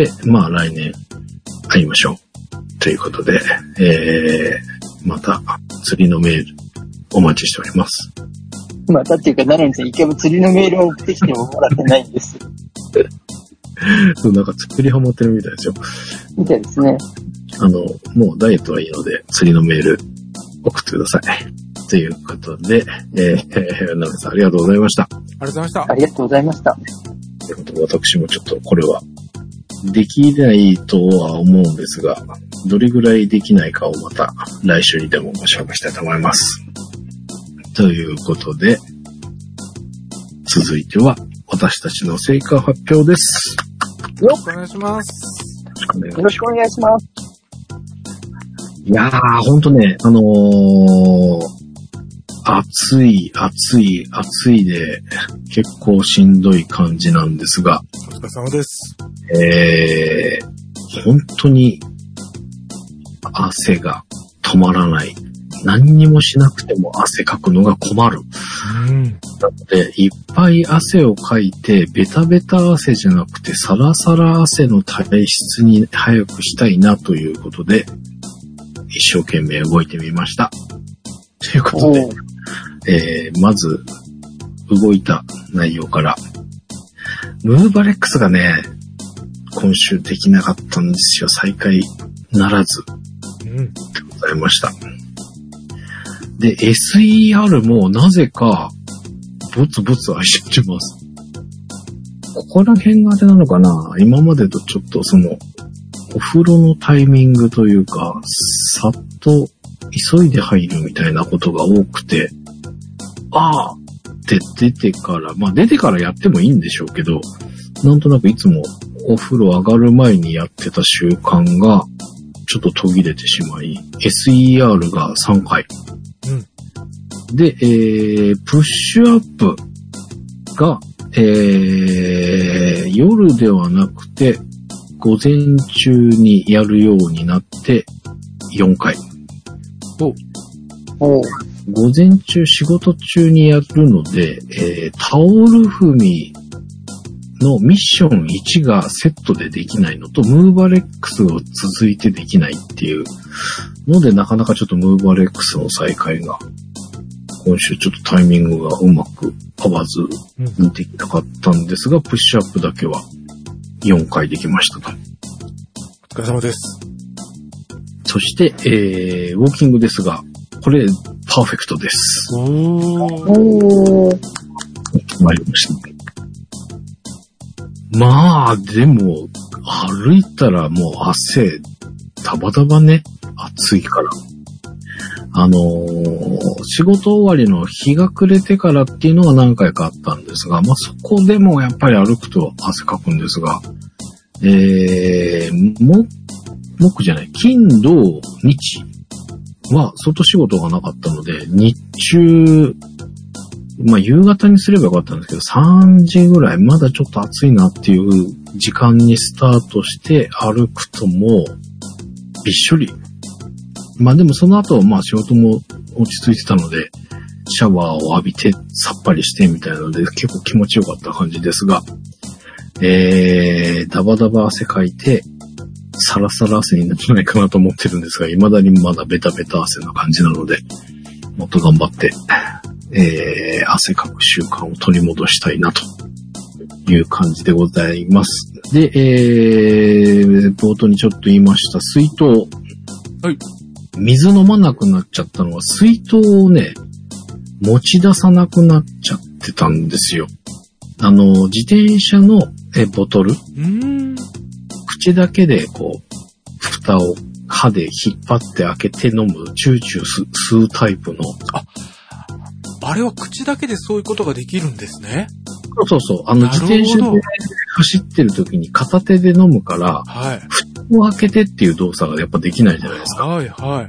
まあ来年会いましょう。ということで、えー、また釣りのメールお待ちしております。 またっていうか、なのにさん、一回も釣りのメールを送ってきてももらってないんです。 そう、なんか釣りハマってるみたいですよ。 みたいですね。 あの、もうダイエットはいいので、釣りのメール送ってください。ということで、えー、なべさんありがとうございました。 ありがとうございました。 ありがとうございました。 ということで、私もちょっとこれは、できないとは思うんですが、どれぐらいできないかをまた来週にでもご紹介したいと思います。ということで、続いては私たちの成果発表です。 よろしくお願いします。 よろしくお願いします。 いやー、ほんとね、あのー、暑い、暑い、暑いで、結構しんどい感じなんですが。 お疲れ様です。 えー、本当に、汗が止まらない。何にもしなくても汗かくのが困る。 うん。 なので、いっぱい汗をかいて、ベタベタ汗じゃなくて、サラサラ汗の体質に早くしたいなということで、一生懸命動いてみました。ということで、えー、まず、動いた内容から、ムーバレックスがね、今週できなかったんですよ。再開ならず。 うん。でございました。で、エスイーアール もなぜか、ボツボツ愛しちゃってます。ここら辺があれなのかな？今までとちょっとその、お風呂のタイミングというか、さっと急いで入るみたいなことが多くて、ああって出てから、まあ出てからやってもいいんでしょうけど、なんとなくいつもお風呂上がる前にやってた習慣が、ちょっと途切れてしまい、エスイーアール がさんかい。うん、で、えー、プッシュアップが、えー、夜ではなくて、午前中にやるようになってよんかい。 おお。 午前中仕事中にやるので、えー、タオル踏みのミッションいちがセットでできないのと、ムーバレックスが続いてできないっていうので、なかなかちょっとムーバレックスの再開が、今週ちょっとタイミングがうまく合わずにできなかったんですが、プッシュアップだけはよんかいできましたと。 お疲れ様です。 そして、えー、ウォーキングですが、これ、パーフェクトです。 おー。 決まりました。まあ、でも、歩いたらもう汗、ダバダバね、暑いから。あのー、仕事終わりの日が暮れてからっていうのが何回かあったんですが、まあそこでもやっぱり歩くと汗かくんですが、えー、も、木じゃない、金、土、日は外仕事がなかったので、日中、まあ夕方にすればよかったんですけど、さんじぐらい、まだちょっと暑いなっていう時間にスタートして歩くともう、びっしょり。まあでもその後、まあ仕事も落ち着いてたので、シャワーを浴びてさっぱりしてみたいなので結構気持ちよかった感じですが、えー、ダバダバ汗かいて、サラサラ汗になってないかなと思ってるんですが、未だにまだベタベタ汗な感じなので、もっと頑張ってえー、汗かく習慣を取り戻したいなという感じでございます。で、えー、冒頭にちょっと言いました水筒。 はい。 水飲まなくなっちゃったのは水筒をね、持ち出さなくなっちゃってたんですよ。あの、自転車のえボトル。うーん。口だけでこう、蓋を歯で引っ張って開けて飲む、チューチュー吸うタイプの。 あ、あれは口だけでそういうことができるんですね。 そうそうそう。あの、自転車で走ってる時に片手で飲むから、はい。蓋を開けてっていう動作がやっぱできないじゃないですか。 はい、はい。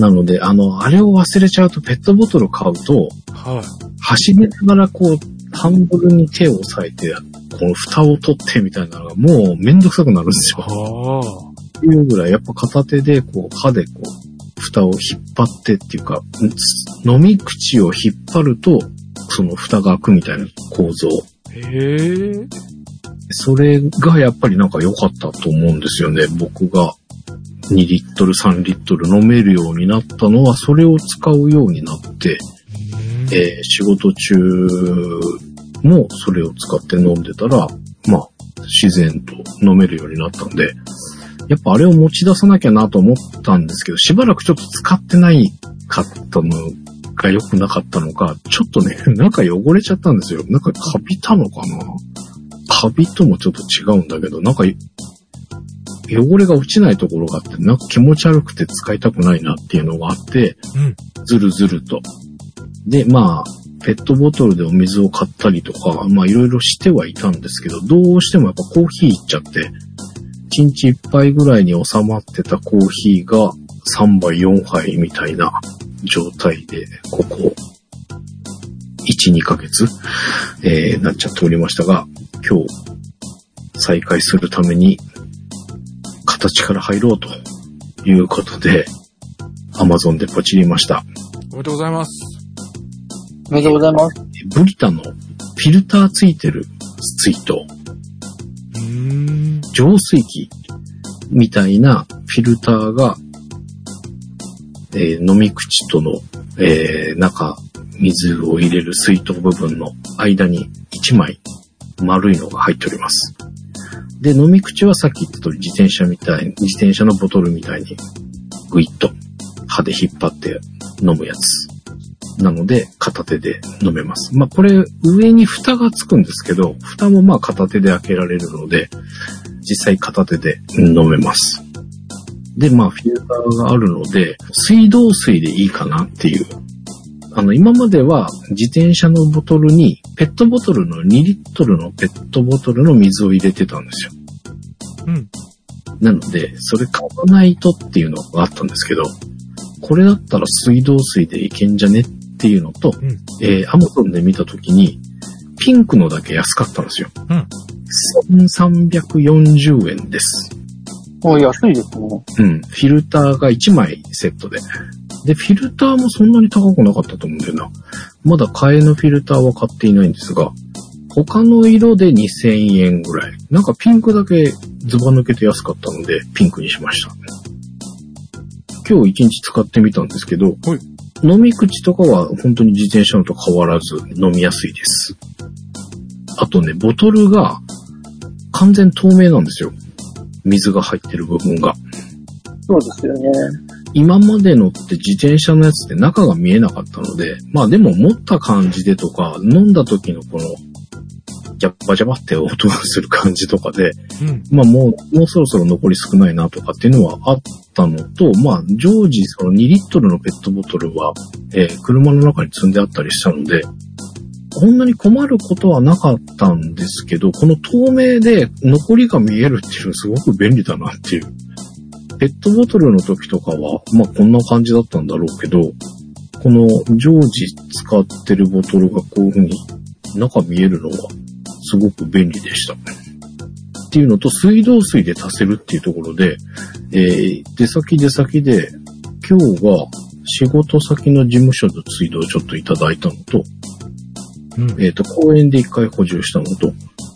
なので、あの、あれを忘れちゃうとペットボトルを買うと、はい。走りながらこう、ハンドルに手を押さえて、この蓋を取ってみたいなのがもうめんどくさくなるんですよ。はあ。っていうぐらい、やっぱ片手でこう、歯でこう、蓋を引っ張ってっていうか、飲み口を引っ張ると、その蓋が開くみたいな構造。へー。それがやっぱりなんか良かったと思うんですよね。僕がにリットル、さんリットル飲めるようになったのは、それを使うようになって、えー、仕事中もそれを使って飲んでたら、まあ、自然と飲めるようになったんで、やっぱあれを持ち出さなきゃなと思ったんですけど、しばらくちょっと使ってないかったのが良くなかったのか、ちょっとね、中汚れちゃったんですよ。なんかカビたのかな？カビともちょっと違うんだけど、なんか汚れが落ちないところがあって、なんか気持ち悪くて使いたくないなっていうのがあって、うん、ずるずると。で、まあ、ペットボトルでお水を買ったりとか、まあいろいろしてはいたんですけど、どうしてもやっぱコーヒーいっちゃって、いちにちいっぱいぐらいに収まってたコーヒーがさんばいよんはいみたいな状態で、ここ、いち、にかげつ、えー、なっちゃっておりましたが、今日、再開するために、形から入ろうということで、Amazon でポチりました。 おめでとうございます。 おめでとうございます。 ブリタのフィルターついてる水筒。うーん。浄水器みたいなフィルターが、えー、飲み口との、えー、中、水を入れる水筒部分の間にいちまい丸いのが入っております。で、飲み口はさっき言った通り自転車みたいに、自転車のボトルみたいにグイッと歯で引っ張って飲むやつ。なので、片手で飲めます。まあ、これ、上に蓋がつくんですけど、蓋もまあ片手で開けられるので、実際片手で飲めます。で、まあ、フィルターがあるので、水道水でいいかなっていう。あの、今までは自転車のボトルに、ペットボトルのにリットルのペットボトルの水を入れてたんですよ。うん。なので、それ買わないとっていうのがあったんですけど、これだったら水道水でいけんじゃねっていうのと、うん、えー、Amazon で見たときに、ピンクのだけ安かったんですよ。うん。せんさんびゃくよんじゅうえんです。 あ、安いですね。 うん。フィルターがいちまいセットで。で、フィルターもそんなに高くなかったと思うんだよな。まだ替えのフィルターは買っていないんですが、他の色でにせんえんぐらい。なんかピンクだけズバ抜けて安かったので、ピンクにしました。今日一日使ってみたんですけど、はい、飲み口とかは本当に自転車のと変わらず飲みやすいです。あとね、ボトルが完全透明なんですよ。水が入ってる部分が。 そうですよね。 今までのって自転車のやつって中が見えなかったので、まあでも持った感じでとか、飲んだ時のこの、ジャッバジャバって音がする感じとかで、うん、まあもう、もうそろそろ残り少ないなとかっていうのはあったのと、まあ常時そのにリットルのペットボトルは、えー、車の中に積んであったりしたので、こんなに困ることはなかったんですけど、この透明で残りが見えるっていうのはすごく便利だなっていう。ペットボトルの時とかは、まあこんな感じだったんだろうけど、この常時使ってるボトルがこういう風に中見えるのはすごく便利でした。っていうのと、水道水で足せるっていうところで、えー、出先出先で、今日は仕事先の事務所の水道をちょっといただいたのと、うん、えっと、公園でいっかい補充したのと、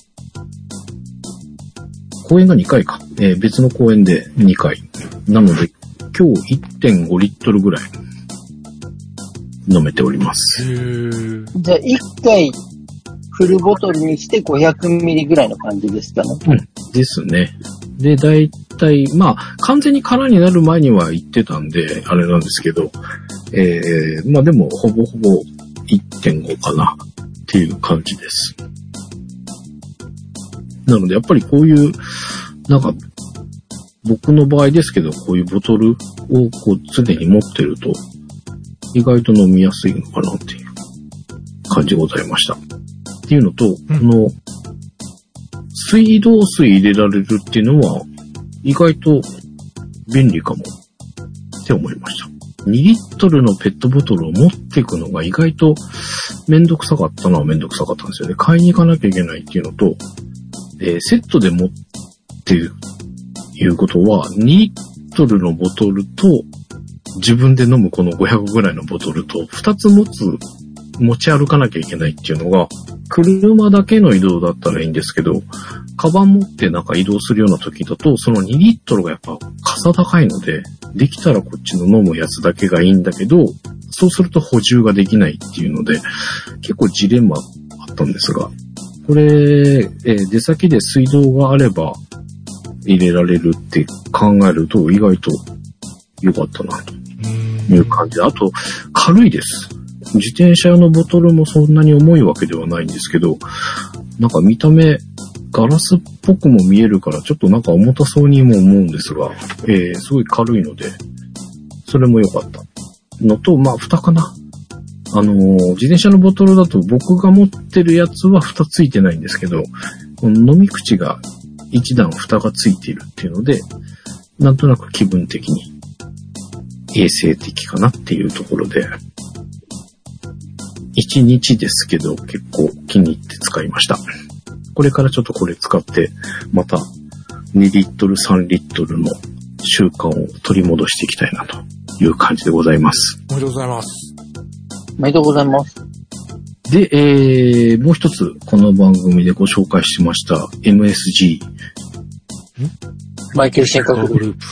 公園がにかいか、えー、別の公園でにかい。なので、今日 いってんごリットルぐらい飲めております。 へー。 じゃあ、いっかいフルボトルにしてごひゃくミリぐらいの感じですかね。 うん。ですね。で、だいたい、まあ、完全に空になる前には言ってたんで、あれなんですけど、えー、まあでも、ほぼほぼ いってんご かなっていう感じです。なので、やっぱりこういう、なんか、僕の場合ですけど、こういうボトルをこう常に持ってると、意外と飲みやすいのかなっていう感じでございました。っていうのと、 うん、 この、水道水入れられるっていうのは、意外と便利かもって思いました。にリットルのペットボトルを持っていくのが意外とめんどくさかったのはめんどくさかったんですよね。買いに行かなきゃいけないっていうのと、えー、セットで持っていうことは、にリットルのボトルと自分で飲むこのごひゃくぐらいのボトルとふたつ持つ、持ち歩かなきゃいけないっていうのが、車だけの移動だったらいいんですけど、カバン持ってなんか移動するような時だと、そのにリットルがやっぱかさ高いので、できたらこっちの飲むやつだけがいいんだけど、そうすると補充ができないっていうので、結構ジレンマあったんですが、これ、えー、出先で水道があれば入れられるって考えると意外と良かったなという感じで、あと軽いです。自転車用のボトルもそんなに重いわけではないんですけど、なんか見た目ガラスっぽくも見えるからちょっとなんか重たそうにも思うんですが、えー、すごい軽いので、それも良かったのと、まあ蓋かな。あのー、自転車のボトルだと僕が持ってるやつは蓋ついてないんですけど、この飲み口が一段蓋がついているっていうので、なんとなく気分的に衛生的かなっていうところで、一日ですけど結構気に入って使いました。これからちょっとこれ使ってまたにリットルさんリットルの習慣を取り戻していきたいなという感じでございます。 おめでとうございます。 おめでとうございます。 で、えー、もう一つこの番組でご紹介しました エムエスジー。 マイケルシェンカーグループ。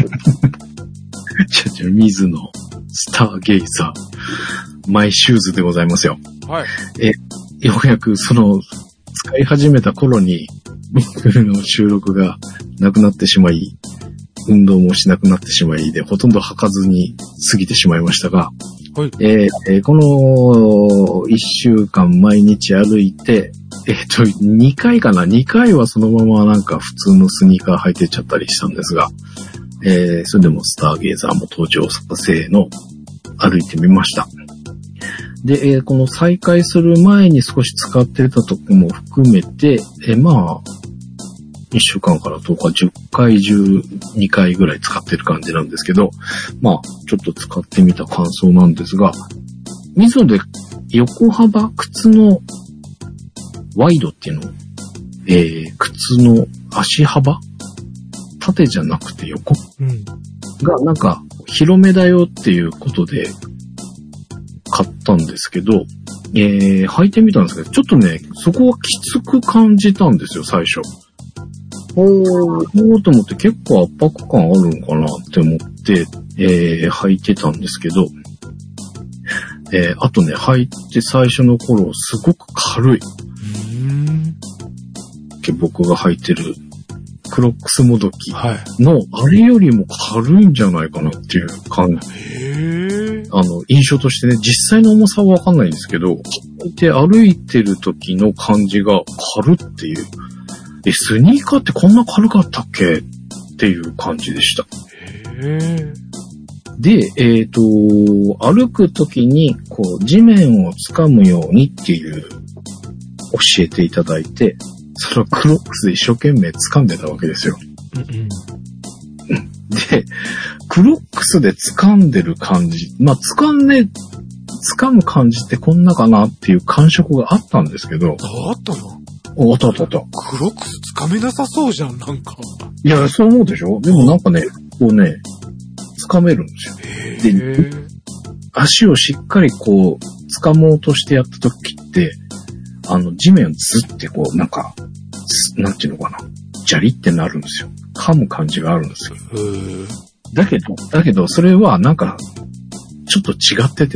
ちょちょ、水野スターゲイザーマイシューズでございますよ。 はい。 え、ようやくその使い始めた頃に僕の収録がなくなってしまい、運動もしなくなってしまいで、ほとんど履かずに過ぎてしまいましたが、はい、えー、このいっしゅうかん毎日歩いて、えっと、にかいかな ?に 回はそのままなんか普通のスニーカー履いてっちゃったりしたんですが、えー、それでもスターゲイザーも登場させの歩いてみました。で、えー、この再開する前に少し使ってたとこも含めて、えー、まあ、いっしゅうかんからとおか、じゅっかい、じゅうにかいぐらい使ってる感じなんですけど、まあ、ちょっと使ってみた感想なんですが、溝で横幅、靴のワイドっていうの、えー、靴の足幅縦じゃなくて横、うん、がなんか広めだよっていうことで買ったんですけど、えー、履いてみたんですけど、ちょっとね、そこはきつく感じたんですよ、最初。おー、と思って結構圧迫感あるのかなって思って、えー、履いてたんですけど、えー、あとね、履いて最初の頃すごく軽い。僕が履いてるクロックスもどきの、あれよりも軽いんじゃないかなっていう感じ。へー。あの、印象としてね、実際の重さはわかんないんですけど、で、歩いてる時の感じが軽っていう。え、スニーカーってこんな軽かったっけっていう感じでした。へー。で、えっと、歩く時に、こう、地面を掴むようにっていう、教えていただいて、そのクロックスで一生懸命掴んでたわけですよ。うんうん、で、クロックスで掴んでる感じ、まあ、掴んで、掴む感じってこんなかなっていう感触があったんですけど。 あ、あったの？ あったあったあった。 クロックス掴めなさそうじゃん、なんか。 いや、そう思うでしょ？でもなんかね、こうね、掴めるんですよ。へー。で、足をしっかりこう、掴もうとしてやった時って、あの、地面をずってこう、なんか、なんていうのかな。ジャリってなるんですよ。噛む感じがあるんですよ。だけど、だけど、それはなんか、ちょっと違ってて、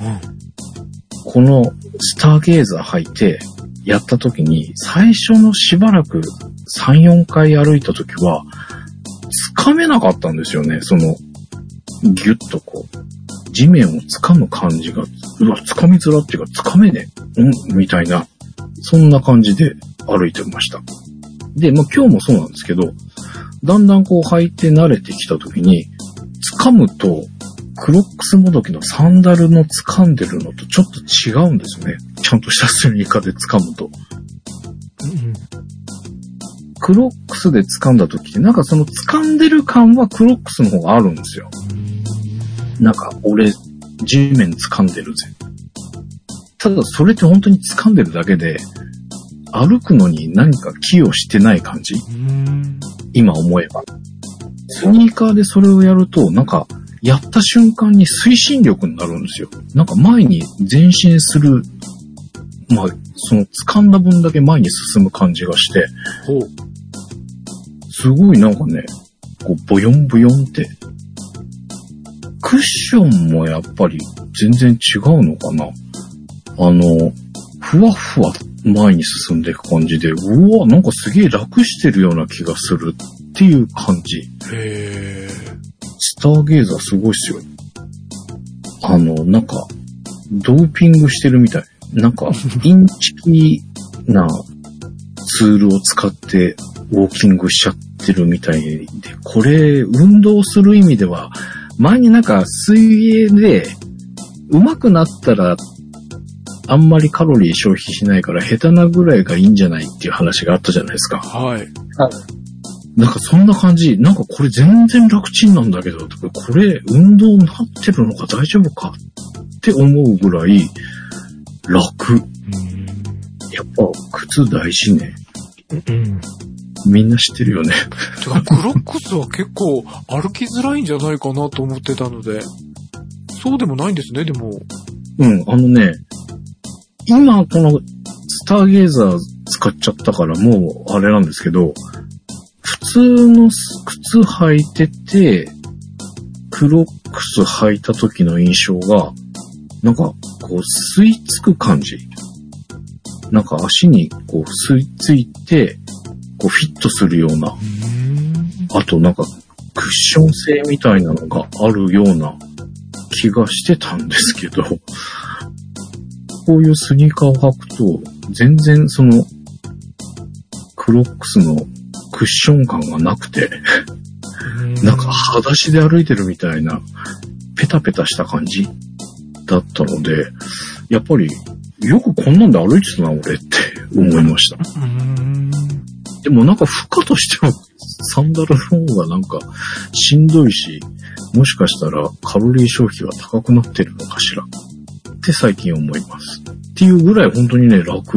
このスターゲーザー履いてやった時に、最初のしばらくさん、よんかい歩いた時は、つかめなかったんですよね。その、ギュッとこう、地面を掴む感じが、うわ、掴みづらっていうか、掴めねえ。うんみたいな、そんな感じで歩いてました。で、まあ今日もそうなんですけど、だんだんこう履いて慣れてきた時に、掴むと、クロックスもどきのサンダルの掴んでるのとちょっと違うんですね。ちゃんとしたスニーカーで掴むと。うん、クロックスで掴んだ時って、なんかその掴んでる感はクロックスの方があるんですよ。なんか、俺、地面掴んでるぜ。ただ、それって本当に掴んでるだけで、歩くのに何か寄与してない感じ？今思えば。スニーカーでそれをやると、なんか、やった瞬間に推進力になるんですよ。なんか前に前進する、まあ、その掴んだ分だけ前に進む感じがして、ほう。すごいなんかね、こう、ボヨンボヨンって、クッションもやっぱり全然違うのかな。あの、ふわふわ前に進んでいく感じで、うわ、なんかすげえ楽してるような気がするっていう感じ。へー。スターゲーザーすごいっすよ。あの、なんか、ドーピングしてるみたい。なんか、インチキなツールを使ってウォーキングしちゃってるみたいで、これ、運動する意味では、前になんか水泳で上手くなったらあんまりカロリー消費しないから下手なぐらいがいいんじゃないっていう話があったじゃないですか。はい。はい。なんかそんな感じ、なんかこれ全然楽ちんなんだけど、これ運動になってるのか大丈夫かって思うぐらい楽。やっぱ靴大事ね。うん。みんな知ってるよね。 てか、クロックスは結構歩きづらいんじゃないかなと思ってたので、そうでもないんですね、でも。 うん、あのね、今このスターゲーザー使っちゃったからもうあれなんですけど、普通の靴履いてて、クロックス履いた時の印象が、なんかこう吸い付く感じ。なんか足にこう吸い付いて、こうフィットするような、あとなんかクッション性みたいなのがあるような気がしてたんですけど、こういうスニーカーを履くと全然そのクロックスのクッション感がなくて、なんか裸足で歩いてるみたいなペタペタした感じだったので、やっぱりよくこんなんで歩いてたな俺って思いました。でもなんか負荷としてはサンダルの方がなんかしんどいし、もしかしたらカロリー消費は高くなってるのかしらって最近思います。っていうぐらい本当にね、楽。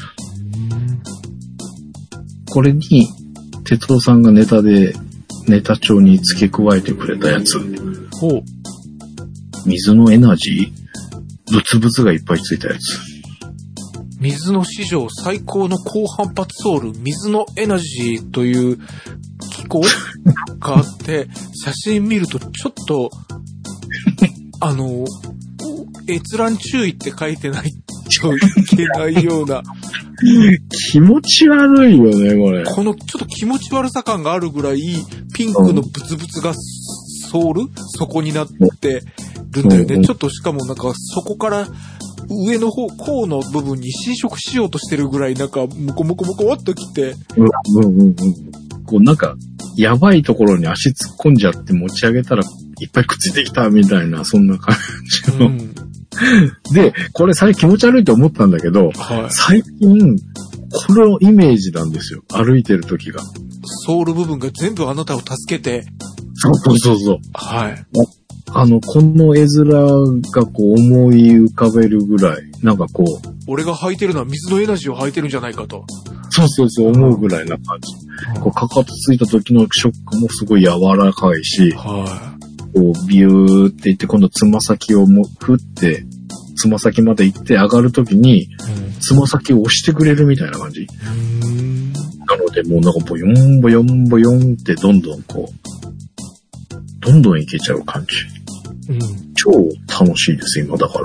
これに哲夫さんがネタでネタ帳に付け加えてくれたやつ。ほう。水のエナジー？ブツブツがいっぱいついたやつ。 水の史上最高の高反発ソール、水のエナジーという機構があって、写真見るとちょっと、あの、閲覧注意って書いてないといけないような。 気持ち悪いよね、これ。 このちょっと気持ち悪さ感があるぐらい、ピンクのブツブツがソール底になってるんだよね。ちょっとしかもなんかそこから上の方、甲の部分に侵食しようとしてるぐらいなんかムコムコムコっときて。 うんうんうん。こうなんか、やばいところに足突っ込んじゃって持ち上げたらいっぱいくっついてきたみたいな、そんな感じの。うん、で、これ最近気持ち悪いと思ったんだけど、はい、最近、このイメージなんですよ。歩いてる時が。 ソール部分が全部あなたを助けて。 そうそうそう。 はい。 あの、この絵面がこう思い浮かべるぐらい、なんかこう。 俺が履いてるのは水のエナジーを履いてるんじゃないかと。 そうそうそう思うぐらいな感じ。こうかかとついた時のショックもすごい柔らかいし、はい、こうビューっていって今度つま先をも振って、つま先まで行って上がる時に、つま先を押してくれるみたいな感じ。うんなのでもうなんかボヨンボヨンボヨンってどんどんこう、どんどんいけちゃう感じ。うん、超楽しいです今だから。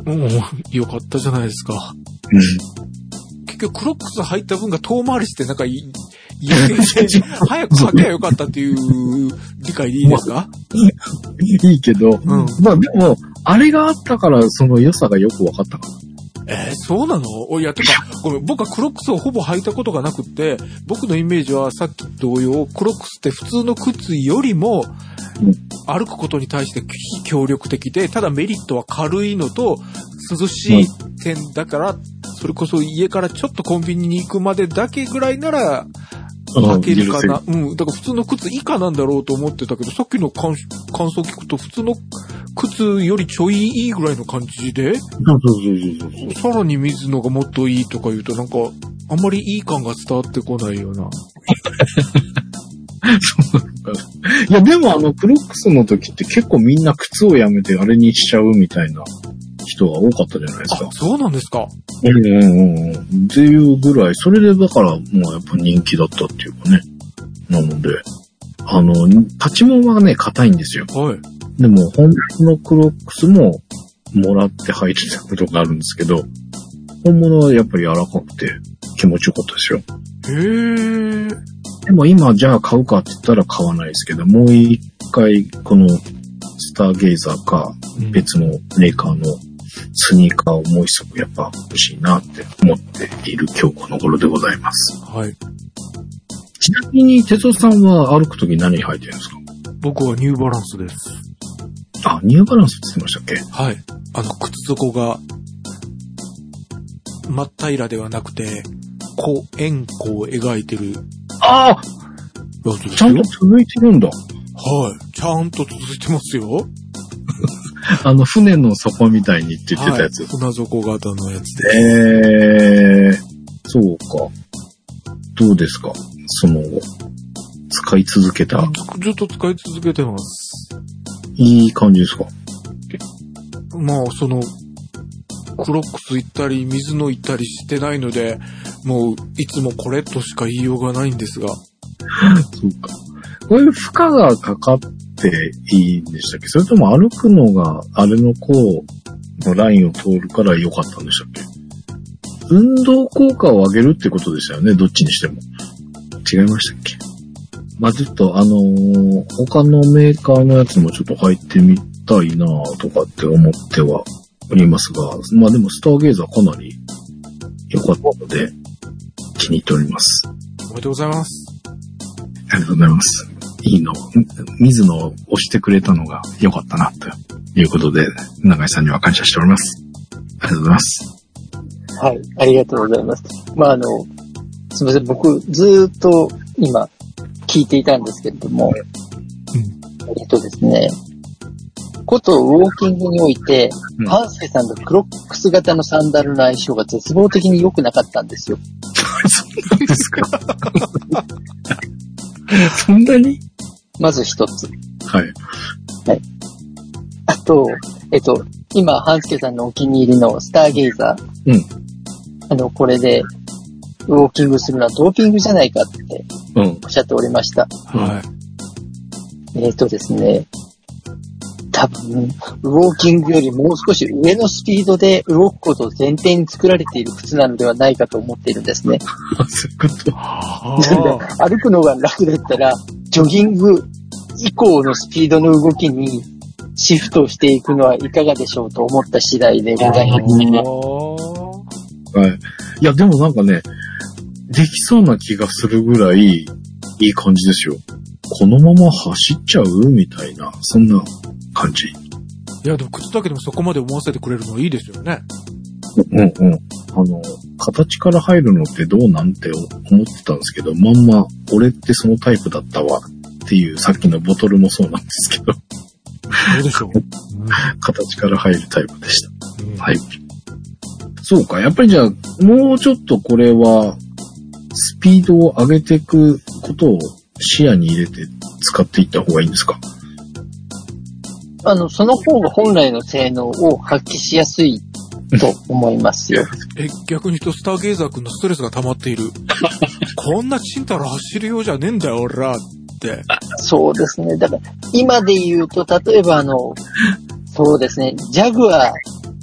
うん、よかったじゃないですか。 うん。 結局クロックス入った分が遠回りしてなんかい、いや、早く履けばよかったっていう理解でいいですか？ いいけど、うん、まあでも、あれがあったからその良さがよく分かったかな。 えー、そうなの？おいや、てか、ごめん、僕はクロックスをほぼ履いたことがなくって、僕のイメージはさっき同様、クロックスって普通の靴よりも、歩くことに対して非協力的で、ただメリットは軽いのと、涼しい点だから、それこそ家からちょっとコンビニに行くまでだけぐらいなら、履けるかな。うん。だから普通の靴以下なんだろうと思ってたけど、さっきの感感想聞くと普通の靴よりちょいいいぐらいの感じで、さらに水野がもっといいとか言うとなんか、あんまりいい感が伝わってこないような。 いや、でもあの、クロックスの時って結構みんな靴をやめてあれにしちゃうみたいな人が多かったじゃないですか。 あ、そうなんですか。 うんうんうん。っていうぐらい、それでだから、もうやっぱ人気だったっていうかね。なので、あの、立ちももはね、硬いんですよ。 はい。 でも、本当のクロックスも、もらって履いてたことがあるんですけど、本物はやっぱり柔らかくて気持ちよかったですよ。 へー。 でも今、じゃあ買うかって言ったら買わないですけど、もう一回、この、スターゲイザーか、別のメーカーのスニーカーをもう一足やっぱ欲しいなって思っている今日この頃でございます。 はい。 ちなみに、哲夫さんは歩くとき何履いてるんですか？ 僕はニューバランスです。 あ、ニューバランスって言ってましたっけ？ はい。あの、靴底が、真っ平らではなくて、こう、円弧を描いてる。 ああ！ちゃんと続いてるんだ。 はい。ちゃんと続いてますよ。 あの、船の底みたいにって言ってたやつ。はい、 船底型のやつで。 えー、そうか。どうですか？その、使い続けた。 ずっと使い続けてます。 いい感じですか？ まあ、その、クロックス行ったり、水野行ったりしてないので、もう、いつもこれとしか言いようがないんですが。 そうか。こういう負荷がかかっていいんでしたっけ？それとも歩くのが、あれのこう、のラインを通るから良かったんでしたっけ？運動効果を上げるってことでしたよね、どっちにしても。違いましたっけ？まあ、ちょっとあのー、他のメーカーのやつもちょっと入ってみたいなとかって思ってはおりますが、まあでもスターゲイザーかなり良かったので気に入っております。 おめでとうございます。 ありがとうございます。いいの、水野を押してくれたのが良かったなということで、永井さんには感謝しております。ありがとうございます。 はい、ありがとうございます。まああの、すみません、僕ずーっと今聞いていたんですけれども、うん、えっとですね、ことウォーキングにおいて、うん、パンスケさんのクロックス型のサンダルの相性が絶望的に良くなかったんですよ。 そうなんですか？そんなに？ まず一つ。 はい。 はい。あと、えっと、今、ハンスケさんのお気に入りのスターゲイザー。 うん。 あの、これで、ウォーキングするのはドーピングじゃないかっておっしゃっておりました。 うん、はい。 えっとですね、多分、ウォーキングよりもう少し上のスピードで動くことを前提に作られている靴なのではないかと思っているんですね。 そういうこと。 歩くのが楽だったら、ジョギング以降のスピードの動きにシフトしていくのはいかがでしょうと思った次第でございます。 はい。いや、でもなんかね、できそうな気がするぐらいいい感じですよ。このまま走っちゃうみたいな、そんな感じ。 いや、でも靴だけでもそこまで思わせてくれるのはいいですよね。 うんうん。あの、形から入るのってどうなんて思ってたんですけど、まんま、俺ってそのタイプだったわっていう、さっきのボトルもそうなんですけど。 そうでしょう。うん、 形から入るタイプでした。 うん、 はい。そうか、やっぱりじゃあ、もうちょっとこれは、スピードを上げていくことを視野に入れて使っていった方がいいんですか？ あの、その方が本来の性能を発揮しやすいと思いますよ。 え、逆に言うとスターゲイザー君のストレスが溜まっている。こんなチンタラ走るようじゃねえんだよ、俺らって。 そうですね。だから、今で言うと、例えばあの、そうですね、ジャグアー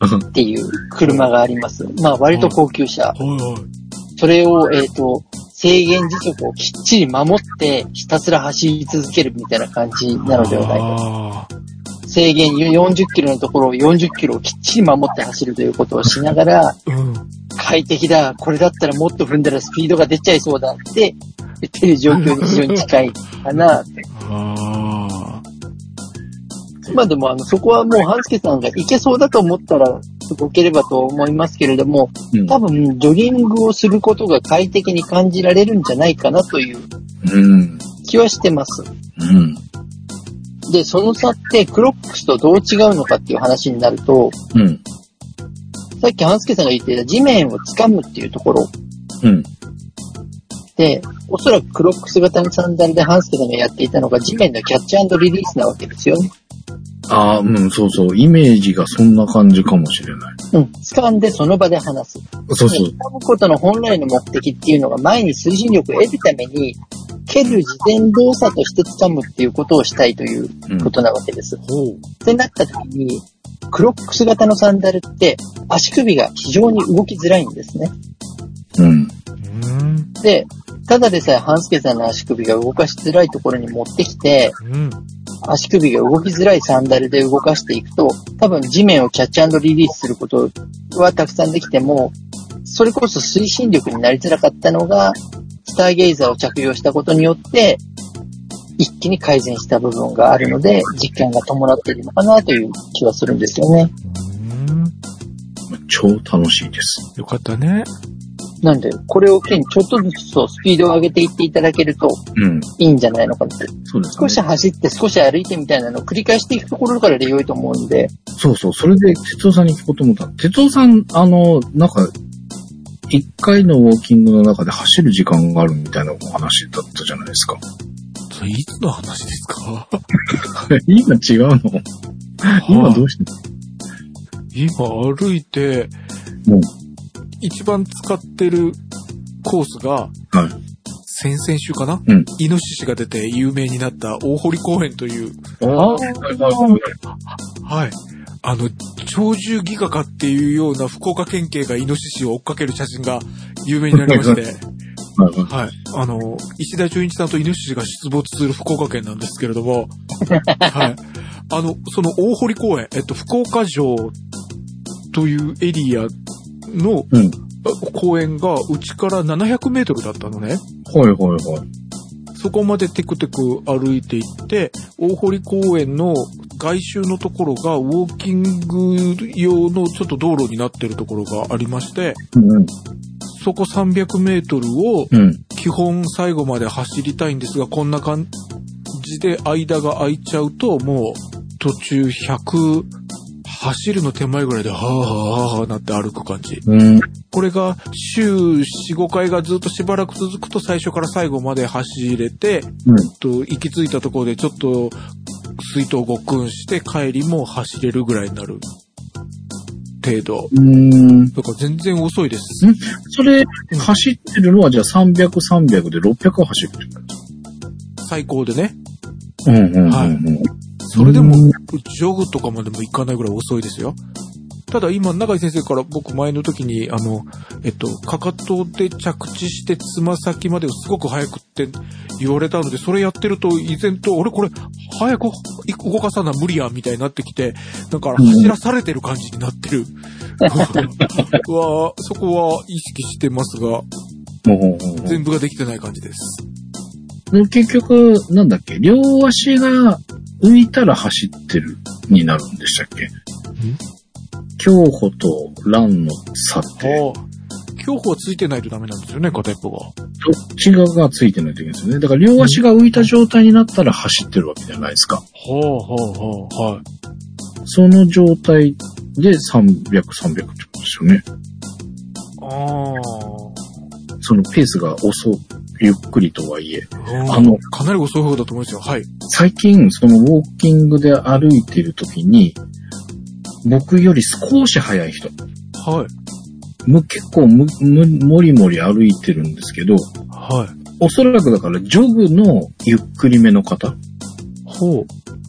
っていう車があります。まあ割と高級車。 はいはい。 それを、えっと、制限時速をきっちり守ってひたすら走り続けるみたいな感じなのではないかと。制限よんじゅっキロのところをよんじゅっキロをきっちり守って走るということをしながら、うん、快適だ、これだったらもっと踏んだらスピードが出ちゃいそうだって言ってる状況に非常に近いかなって。あまあでもあの、そこはもう半助さんがいけそうだと思ったら動ければと思いますけれども、多分ジョギングをすることが快適に感じられるんじゃないかなという気はしてます。うん、で、その差ってクロックスとどう違うのかっていう話になると、うん、さっき半助さんが言っていた地面を掴むっていうところ、うん、で、おそらくクロックス型のサンダルで半助さんがやっていたのが地面のキャッチ&リリースなわけですよね。 ああ、うん、そうそう。イメージがそんな感じかもしれない。 うん。掴んでその場で離す。 そうそう。 掴むことの本来の目的っていうのが前に推進力を得るために、蹴る事前動作として掴むっていうことをしたいということなわけです。うん、ってなった時に、クロックス型のサンダルって足首が非常に動きづらいんですね。うん。で、ただでさえ半助さんの足首が動かしづらいところに持ってきて、うん足首が動きづらいサンダルで動かしていくと、多分地面をキャッチ&リリースすることはたくさんできても、それこそ推進力になりづらかったのが、スターゲイザーを着用したことによって、一気に改善した部分があるので、実感が伴っているのかなという気はするんですよね。 うーん超楽しいです。 よかったね。 なんで、これを機にちょっとずつそうスピードを上げていっていただけると、いいんじゃないのかなって、うんそうですね。少し走って少し歩いてみたいなのを繰り返していくところからで良いと思うんで。 そうそう、それで哲夫さんに聞こうと思った。哲夫さん、あの、なんか、一回のウォーキングの中で走る時間があるみたいなお話だったじゃないですか。 それいつの話ですか今違うの今どうして今歩いて、もう一番使ってるコースが、はい、先々週かな、うん、イノシシが出て有名になった大堀公園という、はい。あの、鳥獣戯画家っていうような福岡県警がイノシシを追っかける写真が有名になりまして、はい。あの、石田純一さんとイノシシが出没する福岡県なんですけれども、はい。あの、その大堀公園、えっと、福岡城というエリアの公園がうちからななひゃくメートルだったのね。 はいはいはい。 そこまでテクテク歩いていって、大堀公園の外周のところがウォーキング用のちょっと道路になってるところがありまして、うん、そこさんびゃくメートルを基本最後まで走りたいんですが、こんな感じで間が空いちゃうともう途中ひゃく走るの手前ぐらいではぁはぁはぁなって歩く感じ、うん、これが週 よん、ごかいがずっとしばらく続くと最初から最後まで走れて、うん、と行き着いたところでちょっと水筒ごっくんして帰りも走れるぐらいになる程度。うーん。だから全然遅いです。 んそれ、うん、走ってるのはじゃあさんびゃく、さんびゃくでろっぴゃく走ってるんですか？ 最高でね。 うんうんうんうん。はい。 それでも、ジョグとかまでも行かないぐらい遅いですよ。ただ今、永井先生から僕前の時に、あの、えっと、かかとで着地してつま先までをすごく早くって言われたので、それやってると依然と、俺これ、早く動かさな無理や、みたいになってきて、だから走らされてる感じになってる。は、そこは意識してますが、全部ができてない感じです。 結局、なんだっけ、両足が浮いたら走ってるになるんでしたっけ？ん競歩とランの差って。 競歩はついてないとダメなんですよね、片一方が。 どっち側がついてないといけないですよね。だから両足が浮いた状態になったら走ってるわけじゃないですか。 ほうほうほう、はい。 その状態でさんびゃく、さんびゃくってことですよね。ああ。そのペースが遅い。ゆっくりとはいえ。 あの、かなり遅い方だと思いますよ。はい。 最近、そのウォーキングで歩いているときに、僕より少し早い人。はい。む、結構む、む、もりもり歩いてるんですけど、はい。おそらくだから、ジョグのゆっくりめの方。ほう。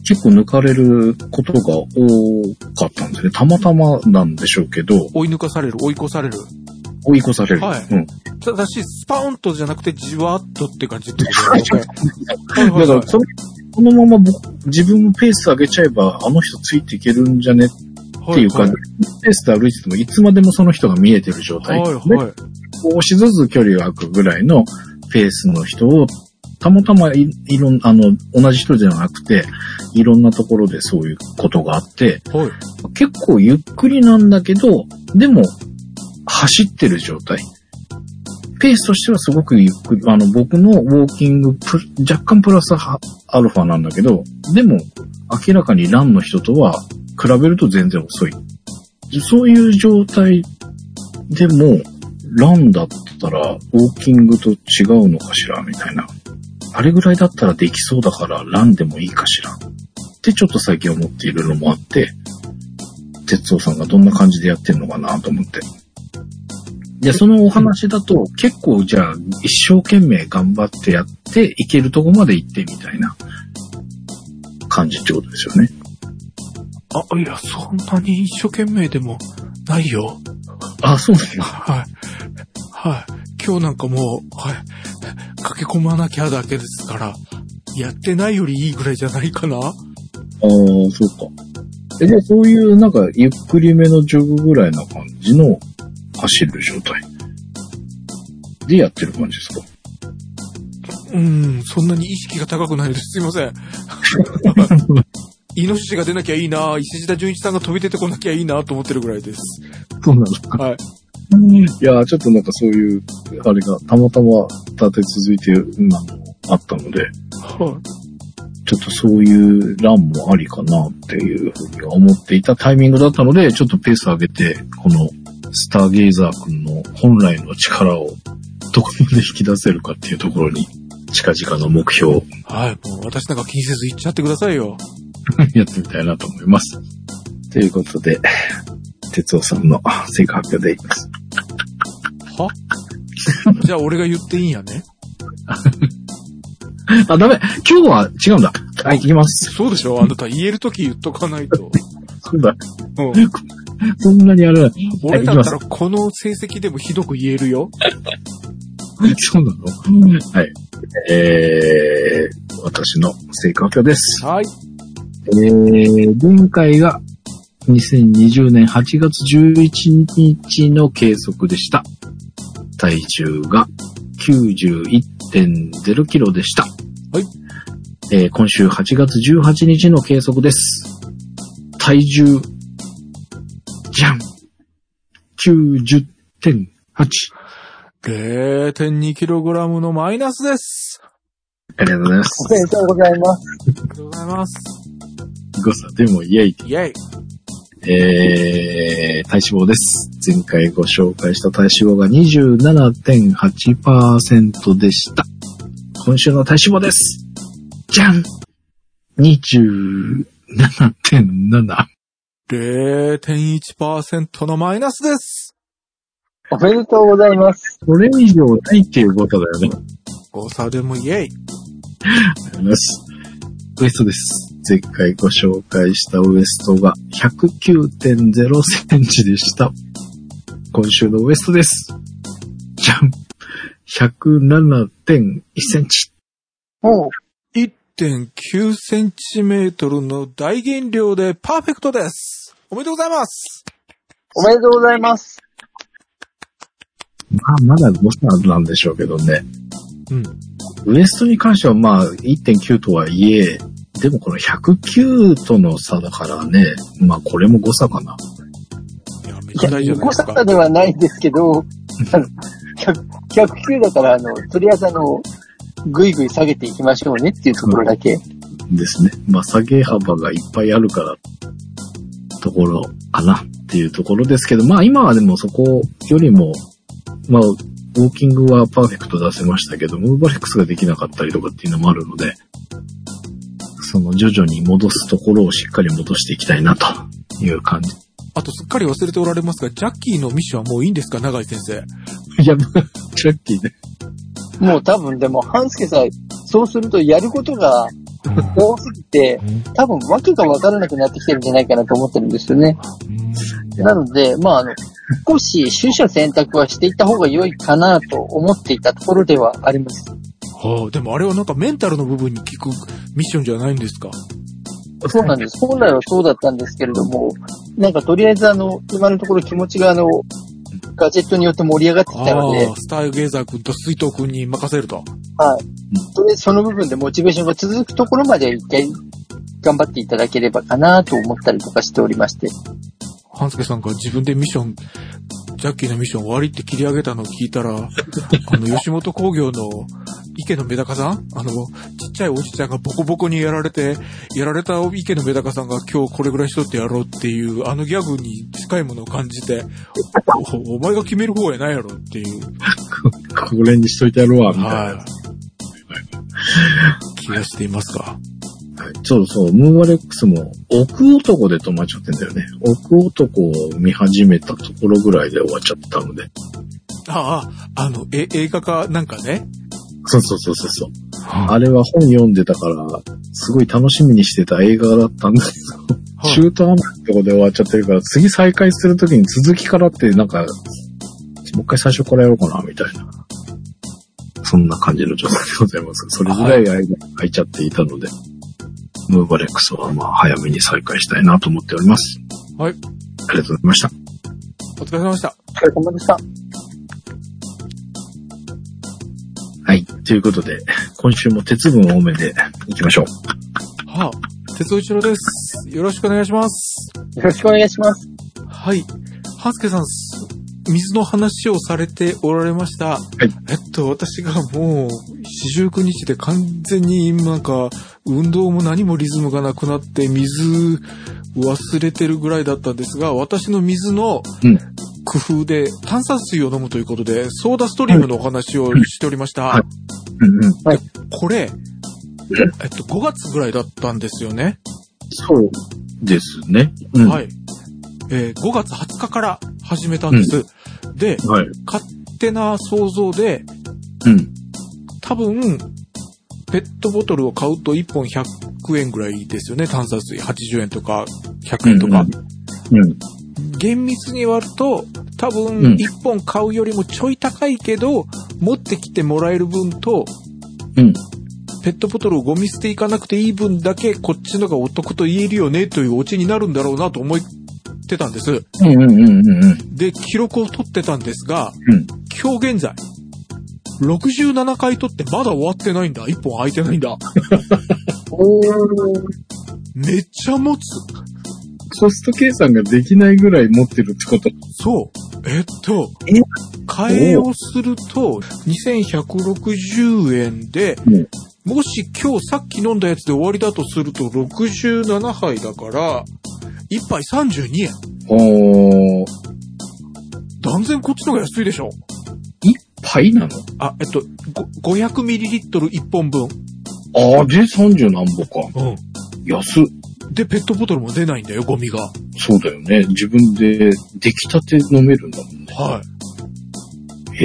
結構抜かれることが多かったんですね。たまたまなんでしょうけど。 追い抜かされる、追い越される。 追い越される。 はい。 うん。 ただし、スパウンとじゃなくて、じわっとって感じってことですね。 はいはいはい、だからそれ、このまま僕、自分もペース上げちゃえば、あの人ついていけるんじゃねっていうか、はいはい、ペースで歩いてても、いつまでもその人が見えてる状態。はいはい。で、少しずつ距離が空くぐらいのペースの人を、たまたまい、いろん、あの、同じ人じゃなくて、いろんなところでそういうことがあって、はい、結構ゆっくりなんだけど、でも、走ってる状態。ペースとしてはすごくゆっくり、あの、僕のウォーキングプ、若干プラスアルファなんだけど、でも、明らかにランの人とは比べると全然遅い。そういう状態でも、ランだったら、ウォーキングと違うのかしら、みたいな。あれぐらいだったらできそうだから、ランでもいいかしら。ってちょっと最近思っているのもあって、哲夫さんがどんな感じでやってんのかなと思って。で、そのお話だと、結構じゃあ、一生懸命頑張ってやって、いけるとこまで行ってみたいな感じってことですよね。 あ、いや、そんなに一生懸命でもないよ。 あ、そうですか。 はい。はい。今日なんかもう、はい。駆け込まなきゃだけですから、やってないよりいいぐらいじゃないかな。ああ、 そうか。え、で、そういうなんか、ゆっくりめのジョグぐらいな感じの走る状態でやってる感じですか？ うーん、そんなに意識が高くないです。すいません。イノシシが出なきゃいいな、石田純一さんが飛び出てこなきゃいいなと思ってるぐらいです。 そうなんですか。はい。いや、ちょっとなんかそういう、あれがたまたま立て続いてるのあったので、はい。ちょっとそういうランもありかなっていうふうに思っていたタイミングだったので、ちょっとペース上げて、このスターゲイザー君の本来の力をどこまで引き出せるかっていうところに、近々の目標。 はい、もう私なんか気にせず行っちゃってくださいよ。 やってみたいなと思います。ということで、哲夫さんの成果発表でいきます。 はじゃあ俺が言っていいんやね。 あ、ダメ。今日は違うんだ。はい、行きます。 そうでしょ？あなた言えるとき言っとかないと。 そうだ。 うん。 そんなにあれだ。 俺だったらこの成績でもひどく言えるよ。 そうなの？はい。えー、私の成果発表です。 はい。 えー、前回がにせんにじゅうねんはちがつじゅういちにちの計測でした。体重が きゅうじゅういってんゼロキロでした。はい。えー、今週はちがつじゅうはちにちの計測です。体重、じゃん !きゅうじゅってんはち。 れいてんにキログラムのマイナスです。 ありがとうございます。 おめでとうございます。 ありがとうございます。 誤差でもイェイ。 イェイ。 えー、体脂肪です。前回ご紹介した体脂肪が にじゅうななてんはちパーセント でした。今週の体脂肪です。じゃん !にじゅうななてんなな。 れいてんいちパーセント のマイナスです。 おめでとうございます。 それ以上ないっていうことだよね。 誤差でもイェイ。 ありがとうございます。ウエストです。前回ご紹介したウエストが ひゃくきゅうてんゼロセンチでした。今週のウエストです。じゃん !ひゃくななてんいちセンチ。 おう。 いってんきゅうセンチメートルの大減量でパーフェクトです。おめでとうございます。 おめでとうございます。 まあ、まだ誤差なんでしょうけどね。 うん。 ウエストに関してはまあ いってんきゅう とはいえ、でもこのひゃくきゅうとの差だからね、まあこれも誤差かな。 いや、めっちゃ大丈夫ですか。 誤差ではないんですけど、あの、ひゃくきゅうだから、あの、とりあえずあの、ぐいぐい下げていきましょうねっていうところだけ。 ですね。まあ下げ幅がいっぱいあるから、ところかなっていうところですけど、まあ今はでもそこよりも、まあ、ウォーキングはパーフェクト出せましたけど、ムーバレックスができなかったりとかっていうのもあるので、その徐々に戻すところをしっかり戻していきたいなという感じ。 あとすっかり忘れておられますが、ジャッキーのミッションはもういいんですか、永井先生。 いや、ジャッキーね。 もう多分でも、半助さん、そうするとやることが多すぎて、多分訳が分からなくなってきてるんじゃないかなと思ってるんですよね。なので、まあ、あの、少し取捨選択はしていった方が良いかなと思っていたところではあります。 はあ、でもあれはなんかメンタルの部分に効くミッションじゃないんですか？ そうなんです。本来はそうだったんですけれども、なんかとりあえずあの、今のところ気持ちがあの、ガジェットによって盛り上がってきたので、 スターゲーザー君と水藤君に任せると。 はい。とりあえずその部分でモチベーションが続くところまで一回頑張っていただければかなと思ったりとかしておりまして。 半助さんが自分でミッション、ジャッキーのミッション終わりって切り上げたのを聞いたら、あの、吉本興業の池野メダカさんあの、ちっちゃいおじちゃんがボコボコにやられて、やられた池野メダカさんが今日これぐらいしとってやろうっていう、あのギャグに近いものを感じて、お, お前が決める方やないやろっていう。 これにしといてやるわ、みたいな。はい。 気がしていますが。 はい、そうそう、ムーバレックスも、奥男で止まっちゃってんだよね。奥男を見始めたところぐらいで終わっちゃったので。 ああ、あの、え、映画かなんかね。 そうそうそうそうそう。あれは本読んでたから、すごい楽しみにしてた映画だったんだけど、はい、中途半端なとこで終わっちゃってるから、次再開するときに続きからってなんか、もう一回最初からやろうかな、みたいな。そんな感じの状態でございます。それぐらい間空いちゃっていたので。はい、ムーバレックスはまあ早めに再開したいなと思っております。 はい。 ありがとうございました。 お疲れ様でした。 お疲れ様でした。 はい。ということで、今週も鉄分多めでいきましょう。 はあ、鉄尾一郎です。よろしくお願いします。 よろしくお願いします。 はい。半助さん、水の話をされておられました。はい。えっと、私がもう、四十九日で完全になんか、運動も何もリズムがなくなって、水忘れてるぐらいだったんですが、私の水の工夫で炭酸水を飲むということで、ソーダストリームのお話をしておりました。はい。はい、これ、えっと、ごがつぐらいだったんですよね。 そうですね。 うん、はい。えー、ごがつはつかから始めたんです。うん、で、はい、勝手な想像で、うん、多分、ペットボトルを買うといっぽんひゃくえんぐらいですよね。炭酸水はちじゅうえんとかひゃくえんとか。うんうんうん、厳密に割ると、多分いっぽん買うよりもちょい高いけど、持ってきてもらえる分と、うん、ペットボトルをゴミ捨ていかなくていい分だけこっちのがお得と言えるよねというオチになるんだろうなと思ってたんです。うんうんうんうん、で、記録を取ってたんですが、うん、今日現在、ろくじゅうななかい取ってまだ終わってないんだ。いっぽん空いてないんだ。めっちゃ持つ。 コスト計算ができないぐらい持ってるってこと？ そう。えっと、替えをするとにせんひゃくろくじゅうえんで、うん、もし今日さっき飲んだやつで終わりだとするとろくじゅうななはいだから、いっぱいさんじゅうにえん。おー。断然こっちの方が安いでしょ。 はいなの？ あ、えっと、ごひゃくミリリットルいっぽんぶん。 ああ、でさんじゅうなんぼか。うん。安っ。 で、ペットボトルも出ないんだよ、ゴミが。 そうだよね。自分で出来たて飲めるんだもんね。はい。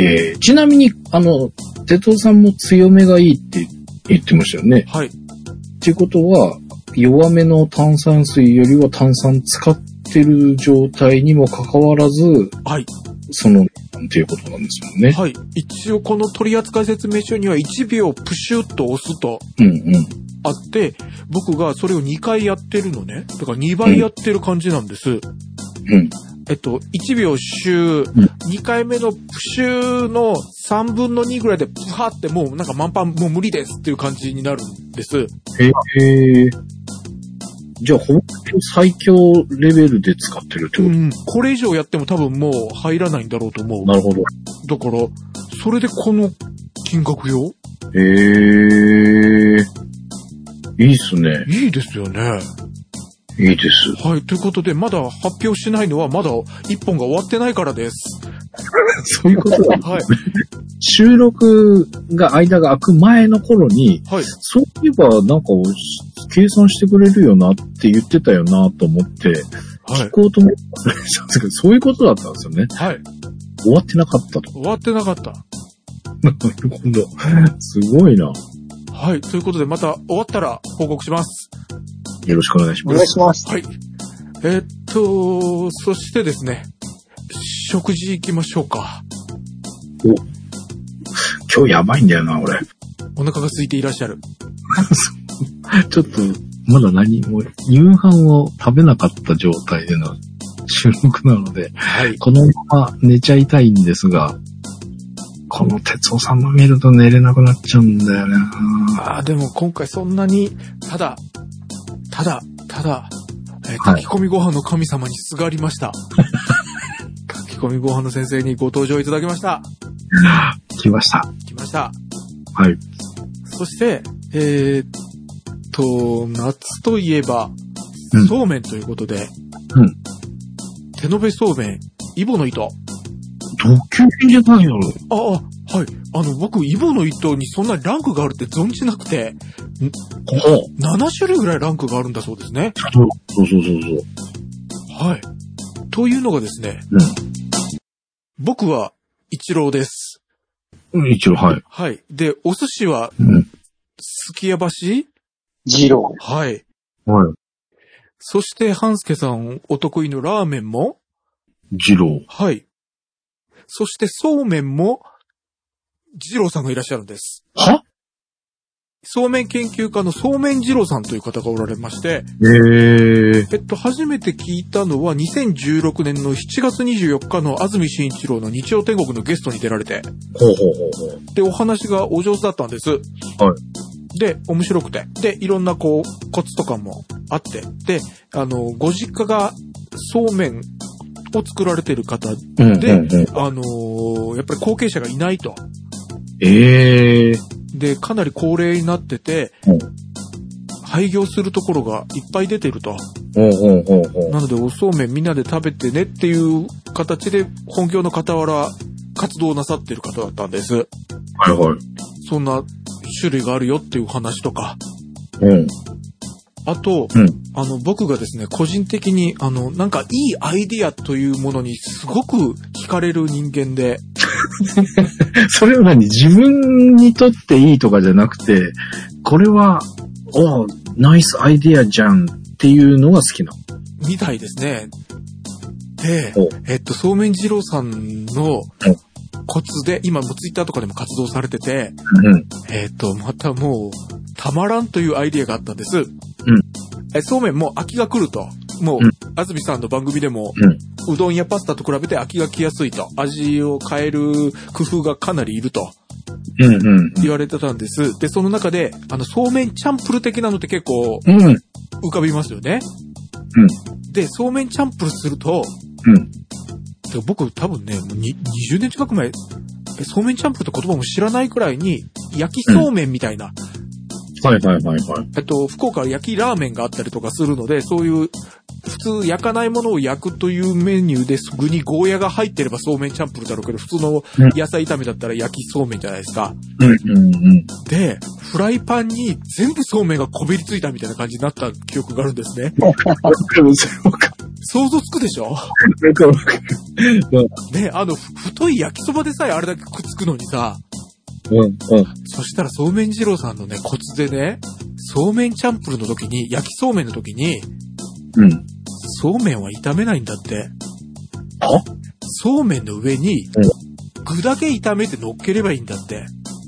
へえ。ちなみに、あの、哲夫さんも強めがいいって言ってましたよね。はい。っていうことは、弱めの炭酸水よりは炭酸使ってる状態にもかかわらず、はい。その、っていうことなんですよね。はい。 一応この取扱説明書にはいちびょうプシュッと押すと、うんうん。あって、僕がそれをにかいやってるのね。だからにばいやってる感じなんです。うん。えっと、いちびょうシュー、うん、にかいめのプシューのさんぶんのにぐらいでプハってもうなんか満帆もう無理ですっていう感じになるんです。へえ。 じゃあ、本当に最強レベルで使ってるってこと？うん。 これ以上やっても多分もう入らないんだろうと思う。 なるほど。 だから、それでこの金額よ。 へえ。いいっすね。 いいですよね。 いいです。 はい。ということで、まだ発表しないのはまだいっぽんが終わってないからです。 そういうことだ。はい。収録が間が空く前の頃に、はい。そういえばなんか計算してくれるよなって言ってたよなと思って、はい。聞こうと思ったんですけど、そういうことだったんですよね。はい。終わってなかったと。 終わってなかった。 なるほど。すごいな。 はい。ということで、また終わったら報告します。 よろしくお願いします。 お願いします。 はい。えー、っと、そしてですね、食事行きましょうか。 お、今日やばいんだよな、俺。 お腹が空いていらっしゃる。 ちょっと、まだ何も、夕飯を食べなかった状態での収録なので、はい、このまま寝ちゃいたいんですが、この哲夫さんの見ると寝れなくなっちゃうんだよね。 ああ、でも今回そんなに、ただ、ただ、ただ、えー、炊き込みご飯の神様にすがりました。炊き込みご飯の先生にご登場いただきました。 来ました。 来ました。 はい。 そして、えー、っと、夏といえば、うん、そうめんということで、うん、手延べそうめん、イボの糸。 ドキュメンじゃないの？ ああ、はい。あの、僕、イボの糸にそんなにランクがあるって存じなくて、なな種類ぐらいランクがあるんだそうですね。 そうそうそうそう。 はい。というのがですね、うん、僕は、一郎です。 うん、一郎、はい。 はい。で、お寿司は、 うん、 すきやばし？ 二郎。 はい。 はい。 そして、半助さんお得意のラーメンも二郎。 はい。そして、そうめんも、二郎さんがいらっしゃるんです。 は？ そうめん研究家のそうめん二郎さんという方がおられまして、 へー。 えっと、初めて聞いたのはにせんじゅうろくねんのしちがつにじゅうよっかの安住紳一郎の日曜天国のゲストに出られて、 ほうほうほうほう。 で、お話がお上手だったんです。はい。で、面白くて、で、いろんなこう、コツとかもあって、で、あの、ご実家がそうめんを作られている方で、うんうんうん、あのー、やっぱり後継者がいないと。 えー。 で、かなり高齢になってて、うん、廃業するところがいっぱい出てると。 うんうんうんうん、 なので、おそうめんみんなで食べてねっていう形で、本業の傍ら活動なさっている方だったんです。 はいはい。 そんな種類があるよっていう話とか。 うん。 あと、うん、あの、僕がですね、個人的に、あの、なんかいいアイディアというものにすごく惹かれる人間で。 それは何？自分にとっていいとかじゃなくて、これは、おナイスアイディアじゃんっていうのが好きなの？ みたいですね。で、えっと、そうめん二郎さんのコツで、今もツイッターとかでも活動されてて、うん、えっと、またもう、たまらんというアイディアがあったんです。うん、えそうめんも飽きが来ると。もう、うん、安住さんの番組でも、うん、うどんやパスタと比べて飽きが来やすいと。味を変える工夫がかなりいると。うんうん、言われてたんです。で、その中で、あの、そうめんチャンプル的なのって結構、浮かびますよね。うん、で、そうめんチャンプルすると、うん、で僕多分ね、もうにじゅうねん近く前、そうめんチャンプルって言葉も知らないくらいに、焼きそうめんみたいな、 うん、はいはいはいはい。 えっと、福岡は焼きラーメンがあったりとかするので、そういう、普通焼かないものを焼くというメニューで具にゴーヤが入ってればそうめんチャンプルだろうけど、普通の野菜炒めだったら焼きそうめんじゃないですか。うんうんうん、で、フライパンに全部そうめんがこびりついたみたいな感じになった記憶があるんですね。想像つくでしょ？ね、あの、太い焼きそばでさえあれだけくっつくのにさ、うんうん、そしたらそうめん二郎さんのね、コツでね、そうめんチャンプルの時に、焼きそうめんの時に、うん、そうめんは炒めないんだって。 は？ そうめんの上に、具だけ炒めて乗っければいいんだって。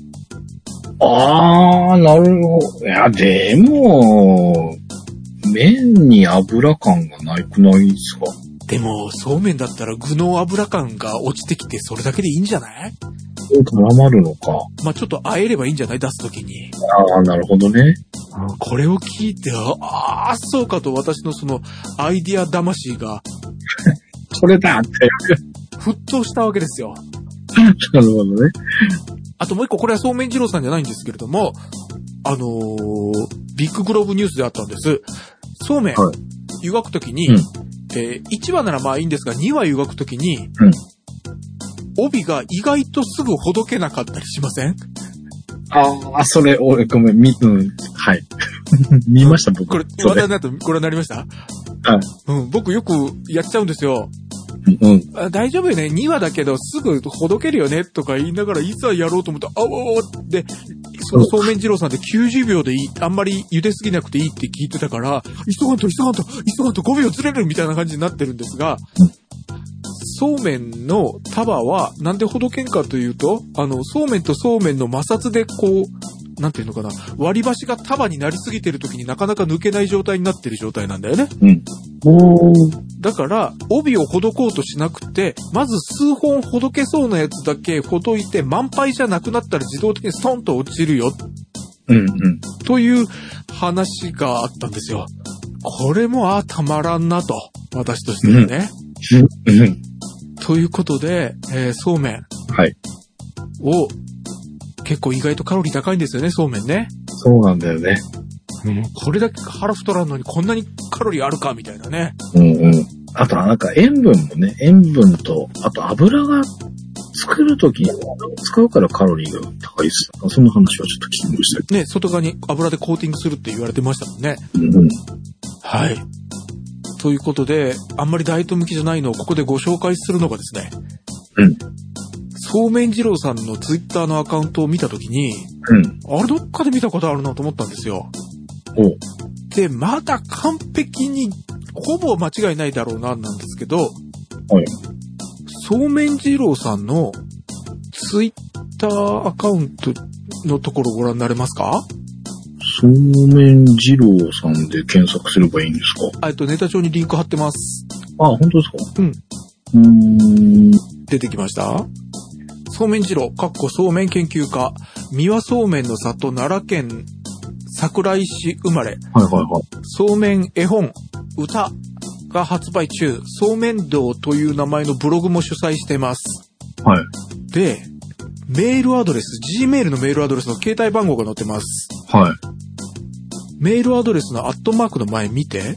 あー、なるほど。いや、でも、麺に油感がないくないですか？ でも、そうめんだったら具の油感が落ちてきて、それだけでいいんじゃない？ 絡まるのか。 まあ、ちょっと和えればいいんじゃない？出すときに。 ああ、なるほどね。 これを聞いて、ああ、そうかと私のそのアイディア魂が。 それだって。 沸騰したわけですよ。 なるほどね。 あともう一個、これはそうめん二郎さんじゃないんですけれども、あのー、ビッググローブニュースであったんです。そうめん、はい、湯がくときに、うん、えー、いちわならまあいいんですが、にわ湯がくときに、うん、帯が意外とすぐほどけなかったりしません？ ああ、それ、おごめん、み、うん、はい。見ました、僕。 これ、話題になるとご覧になりました？はい。うん、僕よくやっちゃうんですよ。うん。あ、大丈夫よね。にわだけどすぐほどけるよねとか言いながらいざやろうと思ったら、あわわわって、 そのそうめん二郎さんできゅうじゅうびょうでいい、あんまり茹ですぎなくていいって聞いてたから、急がんと急がんと急がんとごびょうずれるみたいな感じになってるんですが、そうめんの束はなんでほどけんかというと、あの、そうめんとそうめんの摩擦でこう、なんていうのかな、割り箸が束になりすぎてる時になかなか抜けない状態になってる状態なんだよね。うん。だから、帯をほどこうとしなくて、まず数本ほどけそうなやつだけほどいて、満杯じゃなくなったら自動的にストンと落ちるよ。うんうん。という話があったんですよ。これも、あ、たまらんなと。私としてはね。うん。うん。ということで、えー、そうめん。はい。を、結構意外とカロリー高いんですよね、そうめんね。 そうなんだよね。 うん、これだけ腹太らんのにこんなにカロリーあるかみたいなね。 うんうん。あとなんか塩分もね、塩分と、あと油が作るときに使うからカロリーが高いです。その話はちょっと聞きましたけど。 ね、外側に油でコーティングするって言われてましたもんね。うんうん。はい。ということで、あんまりダイエット向きじゃないのをここでご紹介するのがですね。うん。そうめん二郎さんのツイッターのアカウントを見たときに、うん。あれどっかで見たことあるなと思ったんですよ。おで、まだ完璧に、ほぼ間違いないだろうな、なんですけど、はい。そうめん二郎さんのツイッターアカウントのところご覧になれますか？ そうめん二郎さんで検索すればいいんですか？ えっと、ネタ帳にリンク貼ってます。 あ、本当ですか？ うん。うーん。出てきました？そうめん二郎、かっこそうめん研究家、三輪そうめんの里奈良県桜井市生まれ、はいはいはい、そうめん絵本、歌が発売中、そうめん道という名前のブログも主催しています。はい。で、メールアドレス、Gmail のメールアドレスの携帯番号が載ってます。はい。メールアドレスのアットマークの前見て。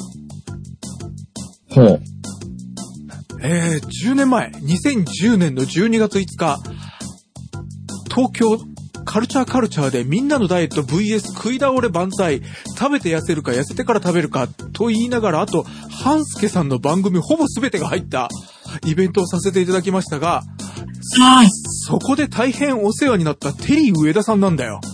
ほう。えー、じゅうねんまえ、にせんじゅうねんのじゅうにがついつか、東京カルチャーカルチャーでみんなのダイエット ブイエス 食い倒れ万歳、食べて痩せるか痩せてから食べるかと言いながら、あと、半助さんの番組ほぼ全てが入ったイベントをさせていただきましたが、そこで大変お世話になったテリー上田さんなんだよ。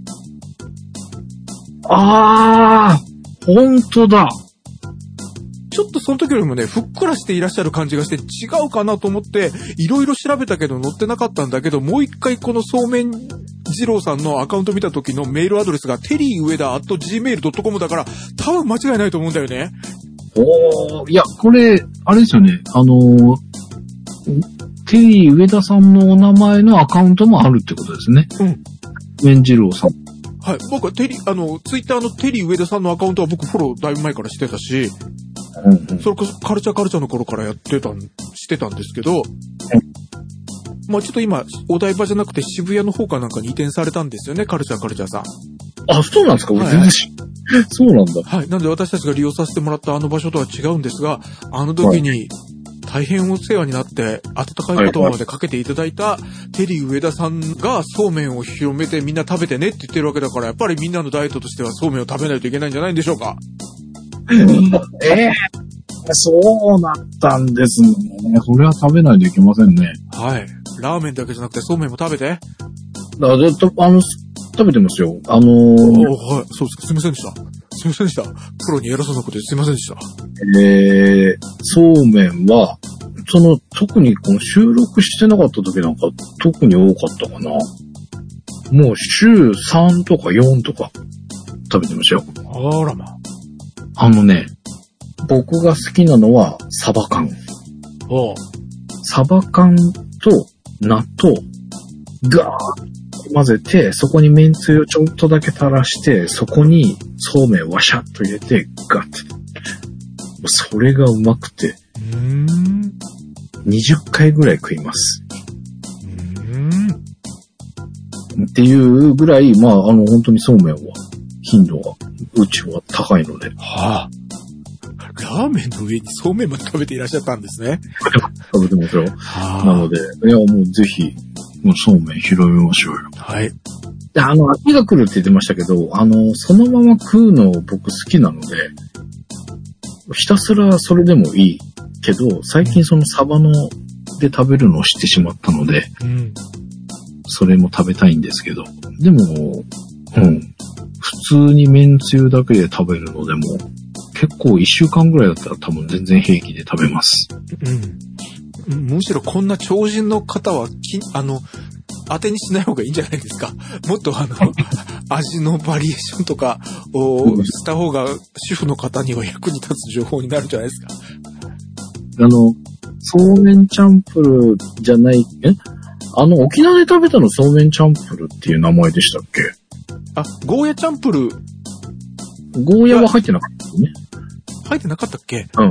あー、ほんとだ。 ちょっとその時よりもね、ふっくらしていらっしゃる感じがして違うかなと思って、いろいろ調べたけど載ってなかったんだけど、もう一回このそうめん二郎さんのアカウント見た時のメールアドレスがテリー上田 アットジーメールドットコム だから、多分間違いないと思うんだよね。 おー、いや、これ、あれですよね、あのー、テリー上田さんのお名前のアカウントもあるってことですね。うん。めん二郎さん。 はい。僕はテリー、あの、ツイッターのテリー上田さんのアカウントは僕フォローだいぶ前からしてたし、うんうん、それこそカルチャーカルチャーの頃からやってたん、してたんですけど、うん、まあちょっと今、お台場じゃなくて渋谷の方かなんかに移転されたんですよね、カルチャーカルチャーさん。 あ、そうなんですか？はい、全然そうなんだ。 はい。なんで私たちが利用させてもらったあの場所とは違うんですが、あの時に大変お世話になって、温かい言葉までかけていただいたテリー上田さんがそうめんを広めてみんな食べてねって言ってるわけだから、やっぱりみんなのダイエットとしてはそうめんを食べないといけないんじゃないんでしょうか。 えー、そうなったんですね。それは食べないといけませんね。 はい。ラーメンだけじゃなくてそうめんも食べて。 だずっと、あの、食べてますよ。あのー、 はい。そうですか。すいませんでした。すいませんでした。プロに偉そうなことですいませんでした。 えー、そうめんは、その、特にこの収録してなかった時なんか特に多かったかな。もう週さんとかよんとか食べてましたよ。 あらま。 あのね、僕が好きなのはサバ缶。おサバ缶と納豆、ガーッ混ぜて、そこにめんつゆをちょっとだけ垂らして、そこにそうめんワシャッと入れて、ガッて。それがうまくて、うーんにじゅっかいぐらい食います。うーんっていうぐらい、まあ、あの、本当にそうめんは、頻度が、うちは高いので。はあ。ラーメンの上にそうめんまで食べていらっしゃったんですね。 食べてますよ。はあ、なので、いや、もうぜひ、もうそうめん広めましょうよ。はい。で、あの、秋が来るって言ってましたけど、あの、そのまま食うの僕好きなので、ひたすらそれでもいいけど、最近そのサバので食べるのを知ってしまったので、うん、 それも食べたいんですけど。でも、うん。普通に麺つゆだけで食べるのでも、結構一週間ぐらいだったら多分全然平気で食べます。 うん。むしろこんな超人の方は、き、あの、当てにしない方がいいんじゃないですか。もっとあの、味のバリエーションとかをした方が主婦の方には役に立つ情報になるんじゃないですか。 あの、そうめんチャンプルじゃない、えあの、沖縄で食べたのそうめんチャンプルっていう名前でしたっけ？ あ、ゴーヤチャンプル。 ゴーヤは入ってなかったよね。 入ってなかったっけ？ うん。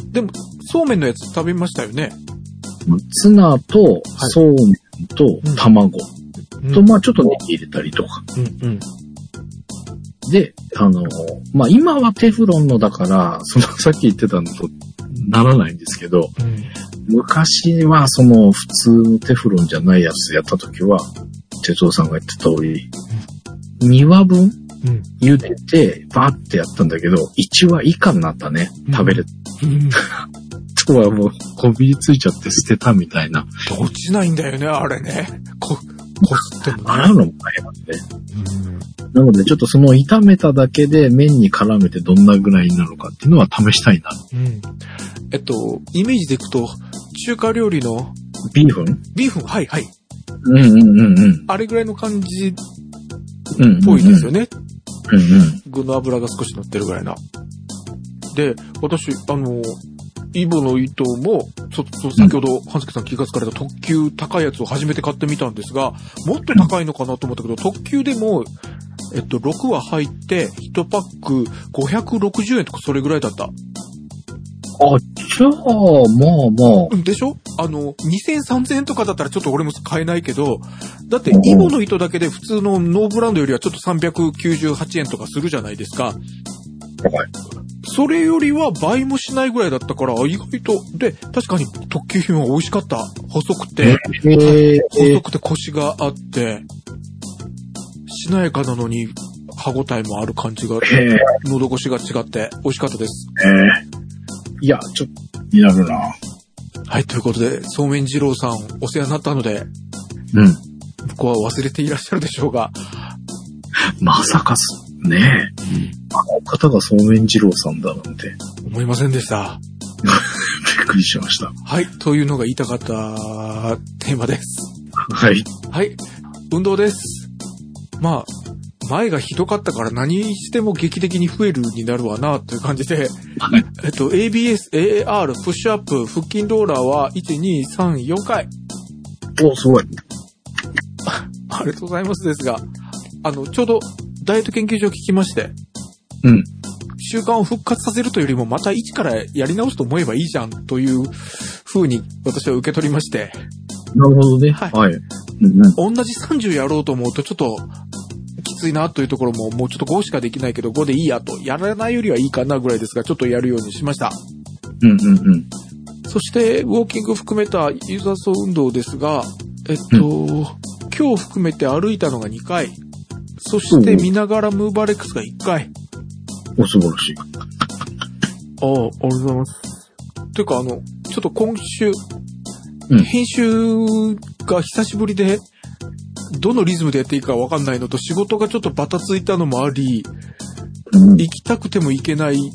でも、そうめんのやつ食べましたよね。 ツナと、そうめんと、卵、うん、と、まあちょっとネギ入れたりとか。 うんうん。 で、あの、まあ今はテフロンのだから、そのさっき言ってたのとならないんですけど、うん、昔はその普通のテフロンじゃないやつやった時は、哲夫さんが言った通り、うん、にわぶん茹でて、バーってやったんだけど、いちわ以下になったね、食べれ、うんうんあとはもう、こびりついちゃって捨てたみたいな。 落ちないんだよね、あれね。こ、こすっても、ね。 洗うのも大変なんで。うん、なので、ちょっとその炒めただけで麺に絡めてどんなぐらいになるのかっていうのは試したいな。 うん。えっと、イメージでいくと、中華料理の。 ビーフン？ ビーフン、はいはい。 うんうんうんうん。 あれぐらいの感じっぽいですよね。 うんうん。 具の油が少し乗ってるぐらいな。で、私、あの、イボの糸も、ちょっと先ほど、半助さん気がつかれた特級高いやつを初めて買ってみたんですが、もっと高いのかなと思ったけど、特級でも、えっと、ろくわ入って、いちパックごひゃくろくじゅうえんとかそれぐらいだった。あ、 じゃあ、まあまあ。 でしょ？あの、にせん、さんぜんえんとかだったらちょっと俺も買えないけど、だって、イボの糸だけで普通のノーブランドよりはちょっとさんびゃくきゅうじゅうはちえんとかするじゃないですか。はい。それよりは倍もしないぐらいだったから、意外と、で、確かに特級品は美味しかった。細くて、えー、細くてコシがあって、しなやかなのに歯ごたえもある感じが、えー、喉越しが違って美味しかったです。 えー、いや、ちょっと気になるな。 はい、ということで、そうめん二郎さんお世話になったので、 うん。 ここは忘れていらっしゃるでしょうが。 まさかす、ねえ。うんあの方がそうめん二郎さんだなんて。 思いませんでした。 びっくりしました。 はい、というのが言いたかったテーマです。 はい。 はい、運動です。まあ、前がひどかったから何しても劇的に増えるになるわな、という感じで、はい、えっと、エービーエス、エーエーアール、プッシュアップ、腹筋ローラーはいち、に、さん、よんかい。 お、すごい。 ありがとうございますですが、あの、ちょうどダイエット研究所聞きまして、 うん。 習慣を復活させるというよりもまた一からやり直すと思えばいいじゃんという風に私は受け取りまして。 なるほどね。はい。はいうんうん、同じさんじゅうやろうと思うとちょっときついなというところももうちょっとごしかできないけどごでいいやと。やらないよりはいいかなぐらいですがちょっとやるようにしました。 うんうんうん。 そしてウォーキング含めた有酸素運動ですが、えっと、うん、今日含めて歩いたのがにかい。そして見ながらムーバーレックスがいっかい。 お、素晴らしい。 ああ、ありがとうございます。というか、あの、ちょっと今週、うん、編集が久しぶりで、どのリズムでやっていいかわかんないのと、仕事がちょっとバタついたのもあり、うん、行きたくても行けない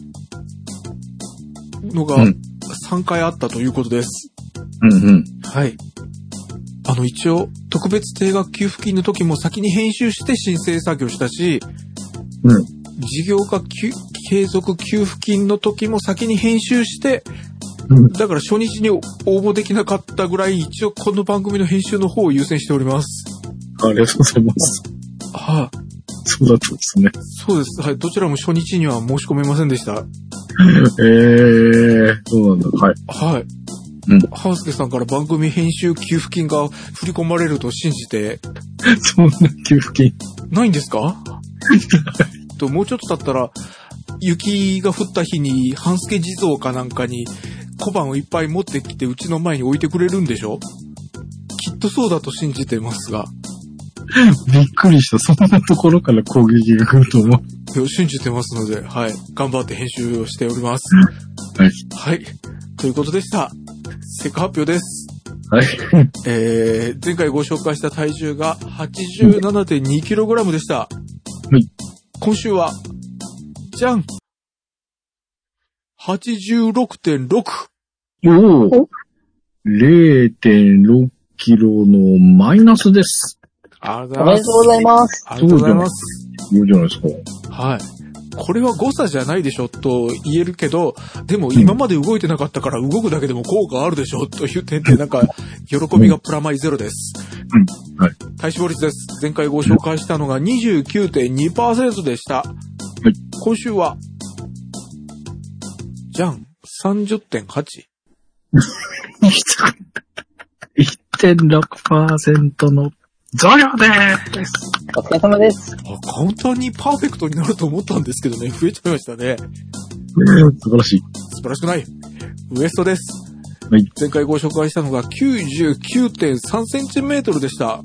のがさんかいあったということです。 うんうん。 はい。あの、一応、特別定額給付金の時も先に編集して申請作業したし、 うん。 事業化継続給付金の時も先に編集して、うん、だから初日に応募できなかったぐらい一応この番組の編集の方を優先しております。 ありがとうございます。 はい、あ。 そうだったんですね。 そうです。はい。どちらも初日には申し込めませんでした。えー、そうなんだ。はい。 はい。うん。ハウスケさんから番組編集給付金が振り込まれると信じて。 そんな給付金ないんですかともうちょっと経ったら、雪が降った日に、半助地蔵かなんかに小判をいっぱい持ってきてうちの前に置いてくれるんでしょ？きっとそうだと信じてますが。 びっくりした。そんなところから攻撃が来ると思う。信じてますので、はい。頑張って編集をしております。 はい。 はい。ということでした。結果発表です。 はい。 えー、前回ご紹介した体重が はちじゅうななてんにキログラム でした。 はい。 今週は、じゃん !はちじゅうろくてんろく。 おお れいてんろくキロのマイナスです。 ありがとうございます。 ありがとうございます。 ありがとうございます。 いいじゃないですか。 はい。これは誤差じゃないでしょと言えるけど、でも今まで動いてなかったから動くだけでも効果あるでしょという点でなんか、喜びがプラマイゼロです。 うん。はい。 体脂肪率です。前回ご紹介したのが にじゅうきゅうてんにパーセント でした。はい。今週は、じゃん さんじゅってんはち。 いってんろくパーセント の増量でーす。 お疲れ様です。 あ、簡単にパーフェクトになると思ったんですけどね、増えちゃいましたね。 素晴らしい。 素晴らしくない。ウエストです。 はい。 前回ご紹介したのが きゅうじゅうきゅうてんさんセンチメートルでした。はい。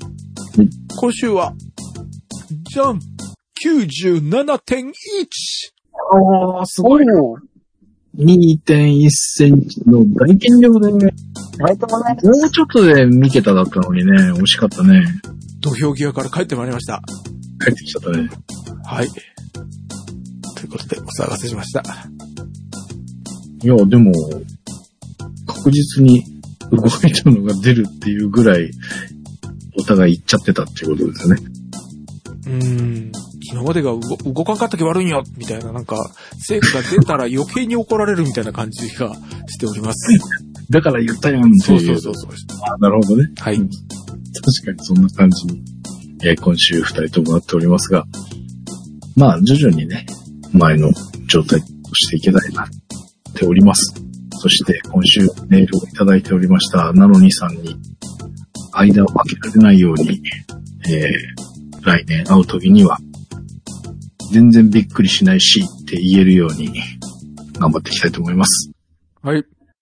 今週は、じゃん !きゅうじゅうななてんいち! おー、すごい。にてんいち センチの大減量で、ね、 ありがとうございます。 もうちょっとで三桁だったのにね、惜しかったね。 土俵際から帰ってまいりました。 帰ってきちゃったね。 はい。ということで、お騒がせしました。 いや、でも、確実に動いたのが出るっていうぐらい、お互い行っちゃってたっていうことですよね。 うーん。今までが動, 動かんかったけ悪いんよみたいな、なんか、成果が出たら余計に怒られるみたいな感じがしております。 だから言ったよんっていう。 そうそうそうそう。 あ、なるほどね。 はい。 確かにそんな感じに、えー、今週二人ともなっておりますが、まあ、徐々にね、前の状態としていけたいなっております。そして、今週メールをいただいておりました、ナノニさんに、間を空けられないように、えー、来年会う時には、全然びっくりしないしって言えるように頑張っていきたいと思います。 はい。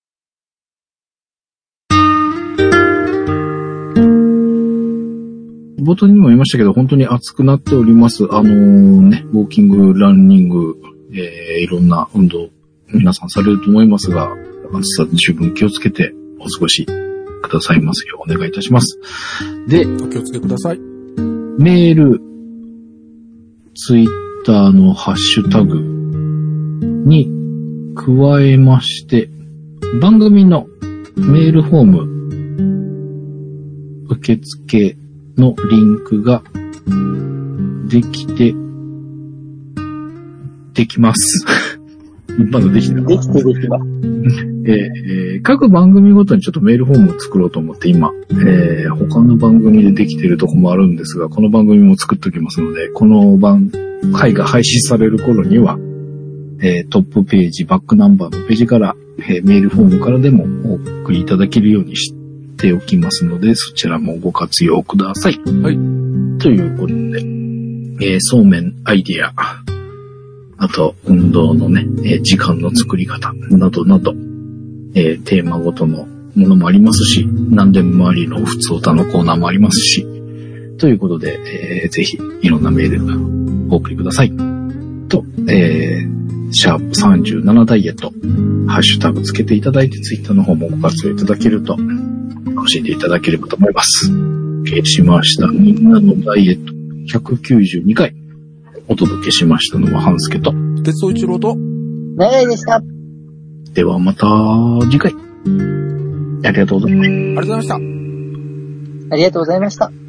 冒頭にも言いましたけど、本当に暑くなっております。あのー、ね、ウォーキング、ランニング、えー、いろんな運動、皆さんされると思いますが、暑さ十分気をつけてお過ごしくださいますようお願いいたします。で、 お気をつけください。 メール、ツイッターのハッシュタグに加えまして、番組のメールフォーム受付のリンクができて、できます。まだできてない。 できてできます。 えー、各番組ごとにちょっとメールフォームを作ろうと思って今、えー、他の番組でできているとこもあるんですが、この番組も作っておきますので、この番、回が配信される頃には、えー、トップページ、バックナンバーのページから、えー、メールフォームからでもお送りいただけるようにしておきますので、そちらもご活用ください。 はい。 ということで、えー、そうめんアイディア、あと、運動のね、えー、時間の作り方などなど、えー、テーマごとのものもありますし、何でもありの普通歌のコーナーもありますし、ということで、えー、ぜひいろんなメールお送りください。と、えー、シャープさんじゅうななダイエット、ハッシュタグつけていただいて、ツイッターの方もご活用いただけると、教えていただければと思います。消しました。みんなのダイエットひゃくきゅうじゅうにかい。お届けしましたのは半助と、 鉄尾一郎と、 長井でした。 ではまた次回。ありがとうございました。 ありがとうございました。 ありがとうございました。